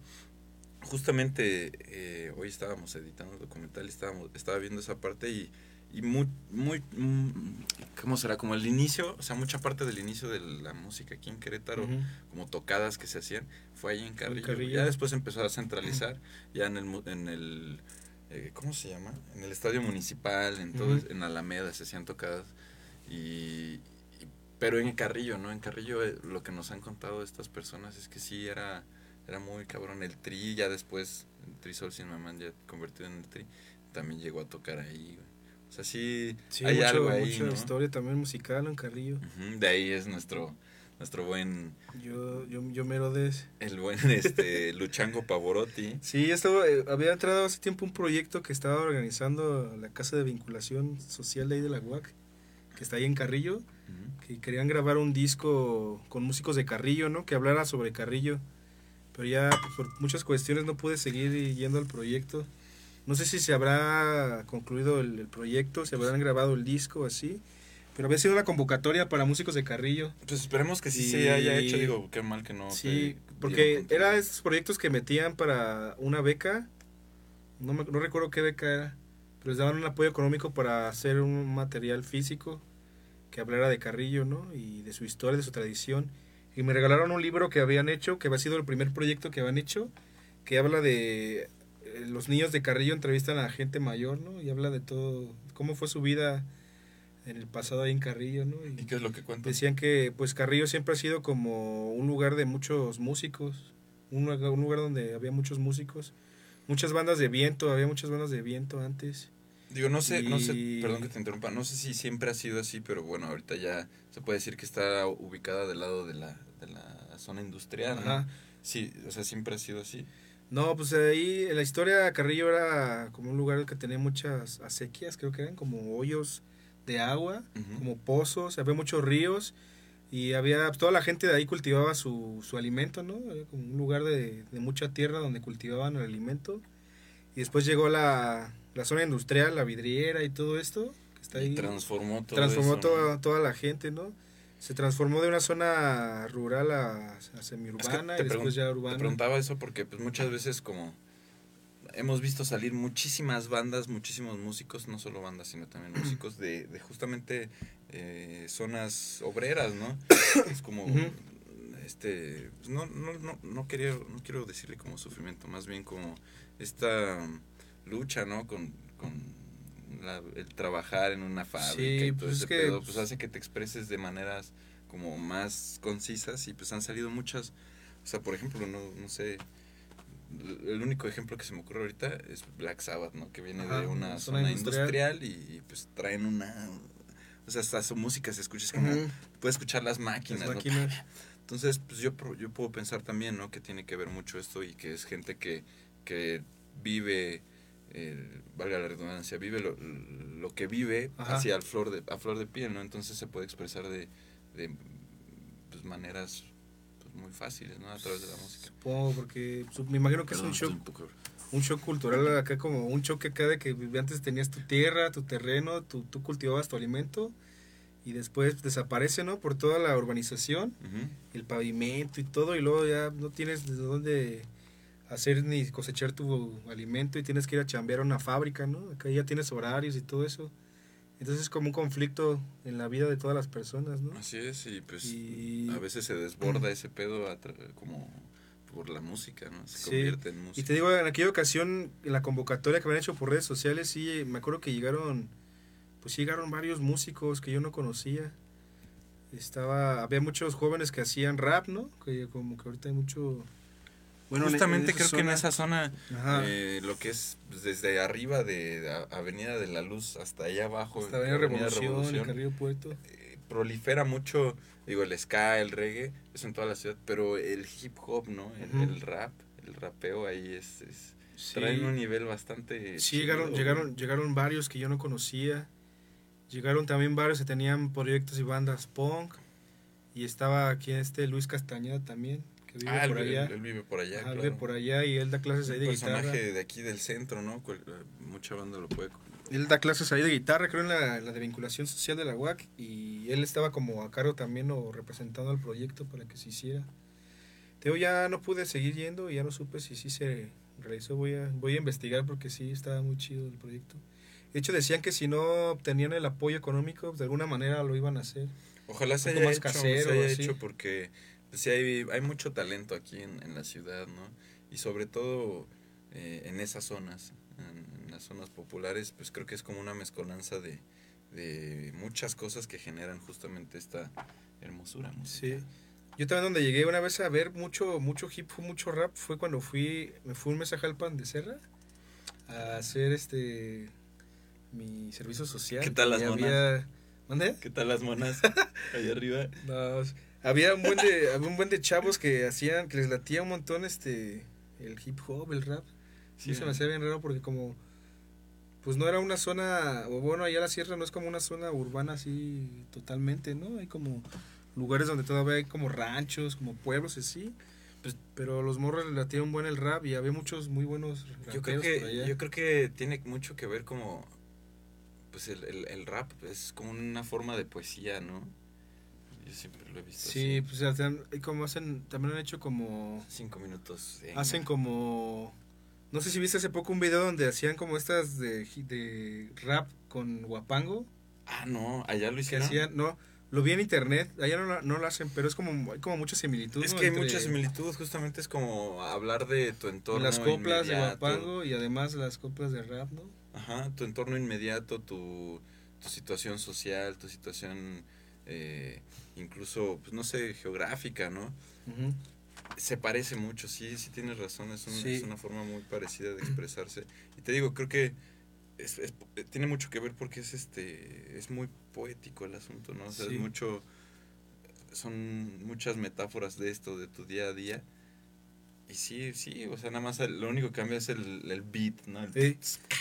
Justamente eh, hoy estábamos editando el documental y estábamos, estaba viendo esa parte y, y muy, muy, muy, ¿cómo será? Como el inicio, o sea, mucha parte del inicio de la música aquí en Querétaro, uh-huh. Como tocadas que se hacían, fue ahí en Carrillo. Carrillo. Ya después empezó a centralizar, uh-huh. Ya en el, en el eh, ¿cómo se llama? En el estadio municipal, en todo, uh-huh. En Alameda se hacían tocadas y... Pero en Carrillo, ¿no? En Carrillo eh, lo que nos han contado estas personas es que sí era, era muy cabrón. El Tri, ya después, el Tri Sol Sin Mamán ya convertido en el Tri, también llegó a tocar ahí, güey. O sea, sí, sí hay mucho, algo ahí, mucha ¿no? Historia también musical en Carrillo. Uh-huh, de ahí es nuestro nuestro buen... Yo, yo, yo mero de ese. El buen este Luchango Pavorotti. Sí, estaba, eh, había entrado hace tiempo un proyecto que estaba organizando la Casa de Vinculación Social de ahí de la U A C, que está ahí en Carrillo. Que querían grabar un disco con músicos de Carrillo, ¿no? Que hablara sobre Carrillo. Pero ya pues, por muchas cuestiones no pude seguir yendo al proyecto. No sé si se habrá concluido el, el proyecto, se habrán grabado el disco así. Pero había sido una convocatoria para músicos de Carrillo. Pues esperemos que sí y, se haya hecho. Digo, qué mal que no. Sí, porque eran esos proyectos que metían para una beca. No, me, no recuerdo qué beca era. Pero les daban un apoyo económico para hacer un material físico que hablara de Carrillo, ¿no? Y de su historia, de su tradición. Y me regalaron un libro que habían hecho, que había sido el primer proyecto que habían hecho, que habla de eh, los niños de Carrillo entrevistan a gente mayor, ¿no? Y habla de todo, cómo fue su vida en el pasado ahí en Carrillo, ¿no? ¿Y, ¿Y qué es lo que cuentan? Decían que, pues, Carrillo siempre ha sido como un lugar de muchos músicos, un, un lugar donde había muchos músicos, muchas bandas de viento, había muchas bandas de viento antes. Digo, no sé, y... no sé, perdón que te interrumpa, no sé si siempre ha sido así, pero bueno, ahorita ya se puede decir que está ubicada del lado de la, de la zona industrial, ¿no? Ajá. Sí, o sea, siempre ha sido así. No, pues ahí en la historia Carrillo era como un lugar que tenía muchas acequias, creo que eran como hoyos de agua, uh-huh. Como pozos, había muchos ríos y había, toda la gente de ahí cultivaba su, su alimento, ¿no? Había como un lugar de, de mucha tierra donde cultivaban el alimento y después llegó la... la zona industrial, la vidriera y todo esto que está ahí, y transformó todo transformó eso, toda, ¿no? Toda la gente, ¿no? Se transformó de una zona rural a, a semiurbana, es que y después ya urbana. Te preguntaba eso porque pues muchas veces como hemos visto salir muchísimas bandas, muchísimos músicos, no solo bandas sino también músicos de, de justamente eh, zonas obreras, ¿no? Es como uh-huh. este no no no no quería no quiero decirle como sufrimiento, más bien como esta lucha, ¿no? Con, con la, el trabajar en una fábrica sí, y todo pues ese que, pedo, pues hace que te expreses de maneras como más concisas y pues han salido muchas, o sea, por ejemplo, no, no sé, el único ejemplo que se me ocurre ahorita es Black Sabbath, ¿no? Que viene Ajá, de una zona, zona industrial, industrial y, y pues traen una, o sea, hasta su música se escucha, es como, uh-huh. Puedes escuchar las máquinas, las máquinas. ¿No? Entonces, pues yo, yo puedo pensar también, ¿no? Que tiene que ver mucho esto y que es gente que, que vive... Eh, valga la redundancia, vive lo, lo que vive así a flor de a flor de piel, ¿no? Entonces se puede expresar de, de pues, maneras pues, muy fáciles, ¿no? A través de la música. Supongo, porque me imagino que es un shock, un shock cultural acá, como un choque acá de que antes tenías tu tierra, tu terreno, tu, tú cultivabas tu alimento y después desaparece, ¿no? Por toda la urbanización, uh-huh. El pavimento y todo, y luego ya no tienes de dónde hacer ni cosechar tu alimento y tienes que ir a chambear a una fábrica, ¿no? Acá ya tienes horarios y todo eso. Entonces es como un conflicto en la vida de todas las personas, ¿no? Así es, y pues y... a veces se desborda ese pedo a tra- como por la música, ¿no? Se sí. convierte en música. Y te digo, en aquella ocasión, en la convocatoria que habían hecho por redes sociales, sí, me acuerdo que llegaron, pues llegaron varios músicos que yo no conocía. Estaba, había muchos jóvenes que hacían rap, ¿no? Que como que ahorita hay mucho... Bueno, en- Justamente en creo esa que en zona- esa zona, Ajá. eh, lo que es pues, desde arriba de, de A- Avenida de la Luz hasta allá abajo, Hasta Avenida Avenida Revolución, el Carrillo Puerto. eh, prolifera mucho, digo, el ska, el reggae, eso en toda la ciudad, pero el hip hop, ¿no? El, Ujú. el rap, el rapeo ahí es, es Sí. traen un nivel bastante Sí, chido, llegaron, güey. llegaron, llegaron varios que yo no conocía. Llegaron también varios que tenían proyectos y bandas punk. Y estaba aquí este Luis Castañeda también, que vive Ah, por él, allá. él- él vive por allá, Ajá, claro. vive por allá y él da clases ahí Un de personaje guitarra. de aquí del centro, ¿no? Cual- mucha banda lo puede. Él da clases ahí de guitarra, creo en la, la de vinculación social de la U A C. Y él estaba como a cargo también o representando al proyecto para que se hiciera. Teo, ya no pude seguir yendo y ya no supe si sí se realizó. Voy a, voy a investigar porque sí estaba muy chido el proyecto. De hecho, decían que si no obtenían el apoyo económico, de alguna manera lo iban a hacer. Ojalá se Un haya poco más hecho, casero, se haya así. hecho porque pues, sí hay, hay mucho talento aquí en, en la ciudad, ¿no? Y sobre todo eh, en esas zonas, en, en las zonas populares, pues creo que es como una mezcolanza de, de muchas cosas que generan justamente esta hermosura musical. Sí. Yo también donde llegué una vez a ver mucho mucho hip hop, mucho rap, fue cuando fui, me fui un mes a Jalpan de Serra a hacer este mi servicio social. ¿Qué tal las Y monas? había, ¿mande? ¿Qué tal las monas allá arriba? No, había un buen de había un buen de chavos que hacían, que les latía un montón este el hip hop, el rap. Sí, Sí, se me hacía bien raro porque como pues no era una zona, o bueno, allá la sierra no es como una zona urbana así totalmente, ¿no? Hay como lugares donde todavía hay como ranchos, como pueblos así. Pues, pero los morros les latía un buen el rap y había muchos muy buenos Yo creo raperos por allá. que yo creo que tiene mucho que ver como pues el, el, el rap es como una forma de poesía, ¿no? Yo siempre lo he visto Sí, así. pues o sea, y como hacen, también han hecho como Cinco minutos. venga. hacen como no sé si viste hace poco un video donde hacían como estas de, de rap con guapango, Ah, no, allá lo que hicieron. hacían, no, lo vi en internet, allá no, lo- no lo hacen, pero es como hay como mucha similitud. Es ¿no? que hay Entre- mucha similitud, justamente es como hablar de tu entorno las coplas de inmediato. guapango y además las coplas de rap, ¿no? Ajá, tu entorno inmediato, tu, tu situación social, tu situación eh, incluso, pues no sé, geográfica, ¿no? Ujú. Se parece mucho, sí, sí tienes razón, es, un- Sí. es una forma muy parecida de expresarse. Y te digo, creo que es, es- tiene mucho que ver porque es este es muy poético el asunto, ¿no? O sea, Sí. es mucho, son muchas metáforas de esto, de tu día a día. Y sí, sí, o sea, nada más el- lo único que cambia es el, el beat, ¿no? El Sí.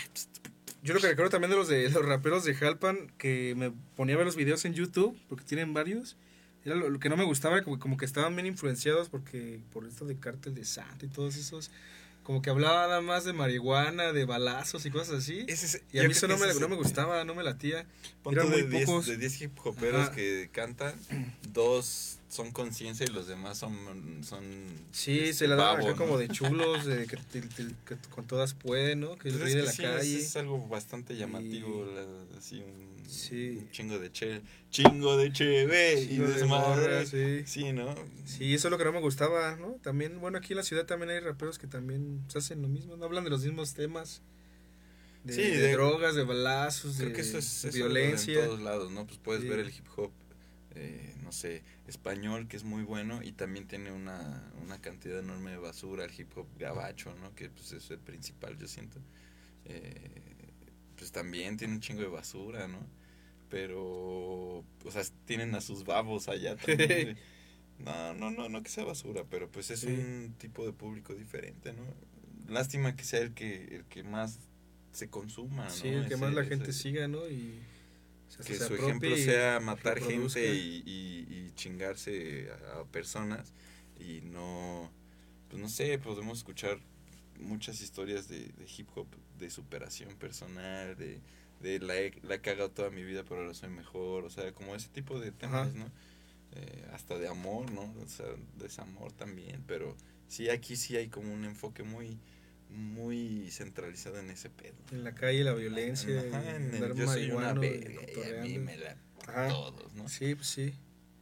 Yo lo que recuerdo también de los de los raperos de Jalpan, que me ponía a ver los videos en YouTube, porque tienen varios, era lo, lo que no me gustaba, como, como que estaban bien influenciados porque por esto de Cártel de Santa y todos esos, como que hablaban nada más de marihuana, de balazos y cosas así. Ese es- Y a yo mí eso creo no que me, ese no me es- gustaba, no me latía. Pon Eran tú muy de diez, pocos. de diez hip hoperos Ajá. que cantan, dos son conciencia y los demás son, son Sí, este, se la daban babo, acá ¿no? como de chulos, de que, que- que con todas pueden, ¿no? Que el Pues rey es de que la sí, calle. Es, es algo bastante llamativo, Y- la- así un, Sí. un chingo de che, chingo de cheve y Chingo de desmadre. morras, sí. Sí, ¿no? Sí, eso es lo que no me gustaba, ¿no? También, bueno, aquí en la ciudad también hay raperos que también se hacen lo mismo, no hablan de los mismos temas. De, Sí, de de- drogas, de balazos, Creo de que eso es eso violencia. en todos lados, ¿no? Pues puedes Sí. ver el hip hop, eh, no sé, español, que es muy bueno, y también tiene una, una cantidad enorme de basura, el hip hop gabacho, ¿no? Que pues es el principal, yo siento. Eh, pues también tiene un chingo de basura, ¿no? Pero, o sea, tienen a sus babos allá también. No, no, no, no que sea basura, pero pues es Sí. un tipo de público diferente, ¿no? Lástima que sea el que, el que más se consuma, ¿no? Sí, el que Ese- más la ese- gente siga, ¿no? Y se- que se su apropie ejemplo y sea matar reproduzca. gente y, y, y chingarse a, a personas y no, pues no sé, podemos escuchar muchas historias de, de hip hop, de superación personal, de, de la, he, la he cagado toda mi vida pero ahora soy mejor, o sea, como ese tipo de temas, Ajá. ¿no? Eh, hasta de amor, ¿no? O sea, desamor también, pero sí, aquí sí hay como un enfoque muy, muy centralizado en ese pedo. En la calle la violencia, Ajá, y en el andar yo soy una marihuano y verga y a mí cotorreando. me la Ajá. todos, ¿no? Sí, pues sí.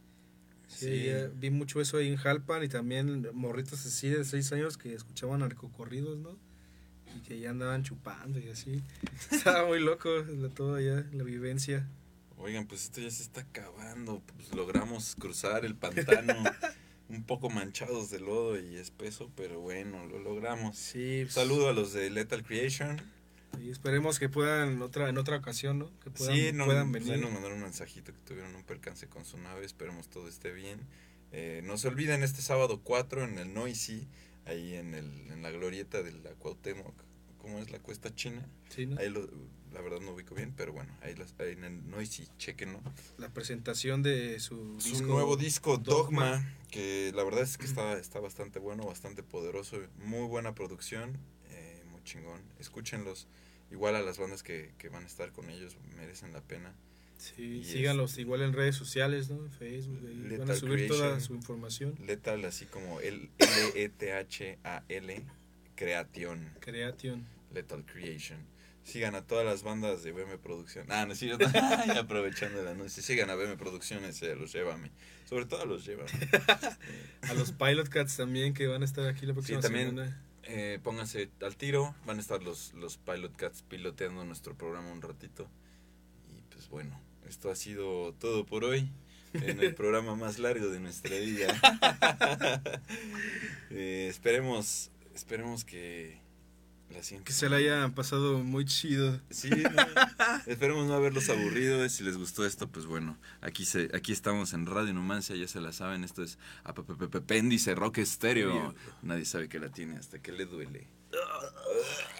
Sí, Sí. ya vi mucho eso ahí en Jalpan y también morritos así de seis años que escuchaban narcocorridos, ¿no? Y que ya andaban chupando y así. Estaba muy loco la, todo allá, la vivencia. Oigan, pues esto ya se está acabando. Pues logramos cruzar el pantano un poco manchados de lodo y espeso, pero bueno, lo logramos. Sí, pues, Saludo a los de Lethal Creation. y esperemos que puedan otra en otra ocasión, ¿no? Que puedan, Sí, no, puedan pues ahí venir. nos mandaron un mensajito que tuvieron un percance con su nave, esperemos todo esté bien. Eh, no se olviden este sábado cuatro en el Noisy, ahí en, el, en la glorieta de la Cuauhtémoc, ¿cómo es la Cuesta China? Sí, ¿no? Ahí lo, la verdad no ubico bien, pero bueno, ahí, las, ahí en el Noisy, chequenlo. La presentación de su, Su disco nuevo disco Dogma. Dogma, que la verdad es que está, está bastante bueno, bastante poderoso, muy buena producción, eh, muy chingón. Escúchenlos, igual a las bandas que, que van a estar con ellos, merecen la pena. Sí, Y síganlos este- igual en redes sociales, ¿no? En Facebook, ahí van a Lethal subir toda Creation. su información. Lethal, así como L E T H A L, Creation, Creation. Lethal Creation. Sigan a todas las bandas de B M Producción. Ah, no es cierto. Ay, aprovechando el anuncio. Sigan a B M Producciones y a los Llévame. Sobre todo a los Llévame. A los Pilot Cats también que van a estar aquí la próxima también. semana. Eh, pónganse al tiro. Van a estar los, los Pilot Cats piloteando nuestro programa un ratito. Y pues bueno, esto ha sido todo por hoy. En el programa más largo de nuestra vida. eh, esperemos, esperemos que la siguiente Que se la hayan pasado muy chido. Sí, no, esperemos no haberlos aburrido. Si les gustó esto, pues bueno, aquí se, aquí estamos en Radio Numancia, ya se la saben, esto es Apéndice Rock Estéreo. Nadie sabe que la tiene hasta que le duele.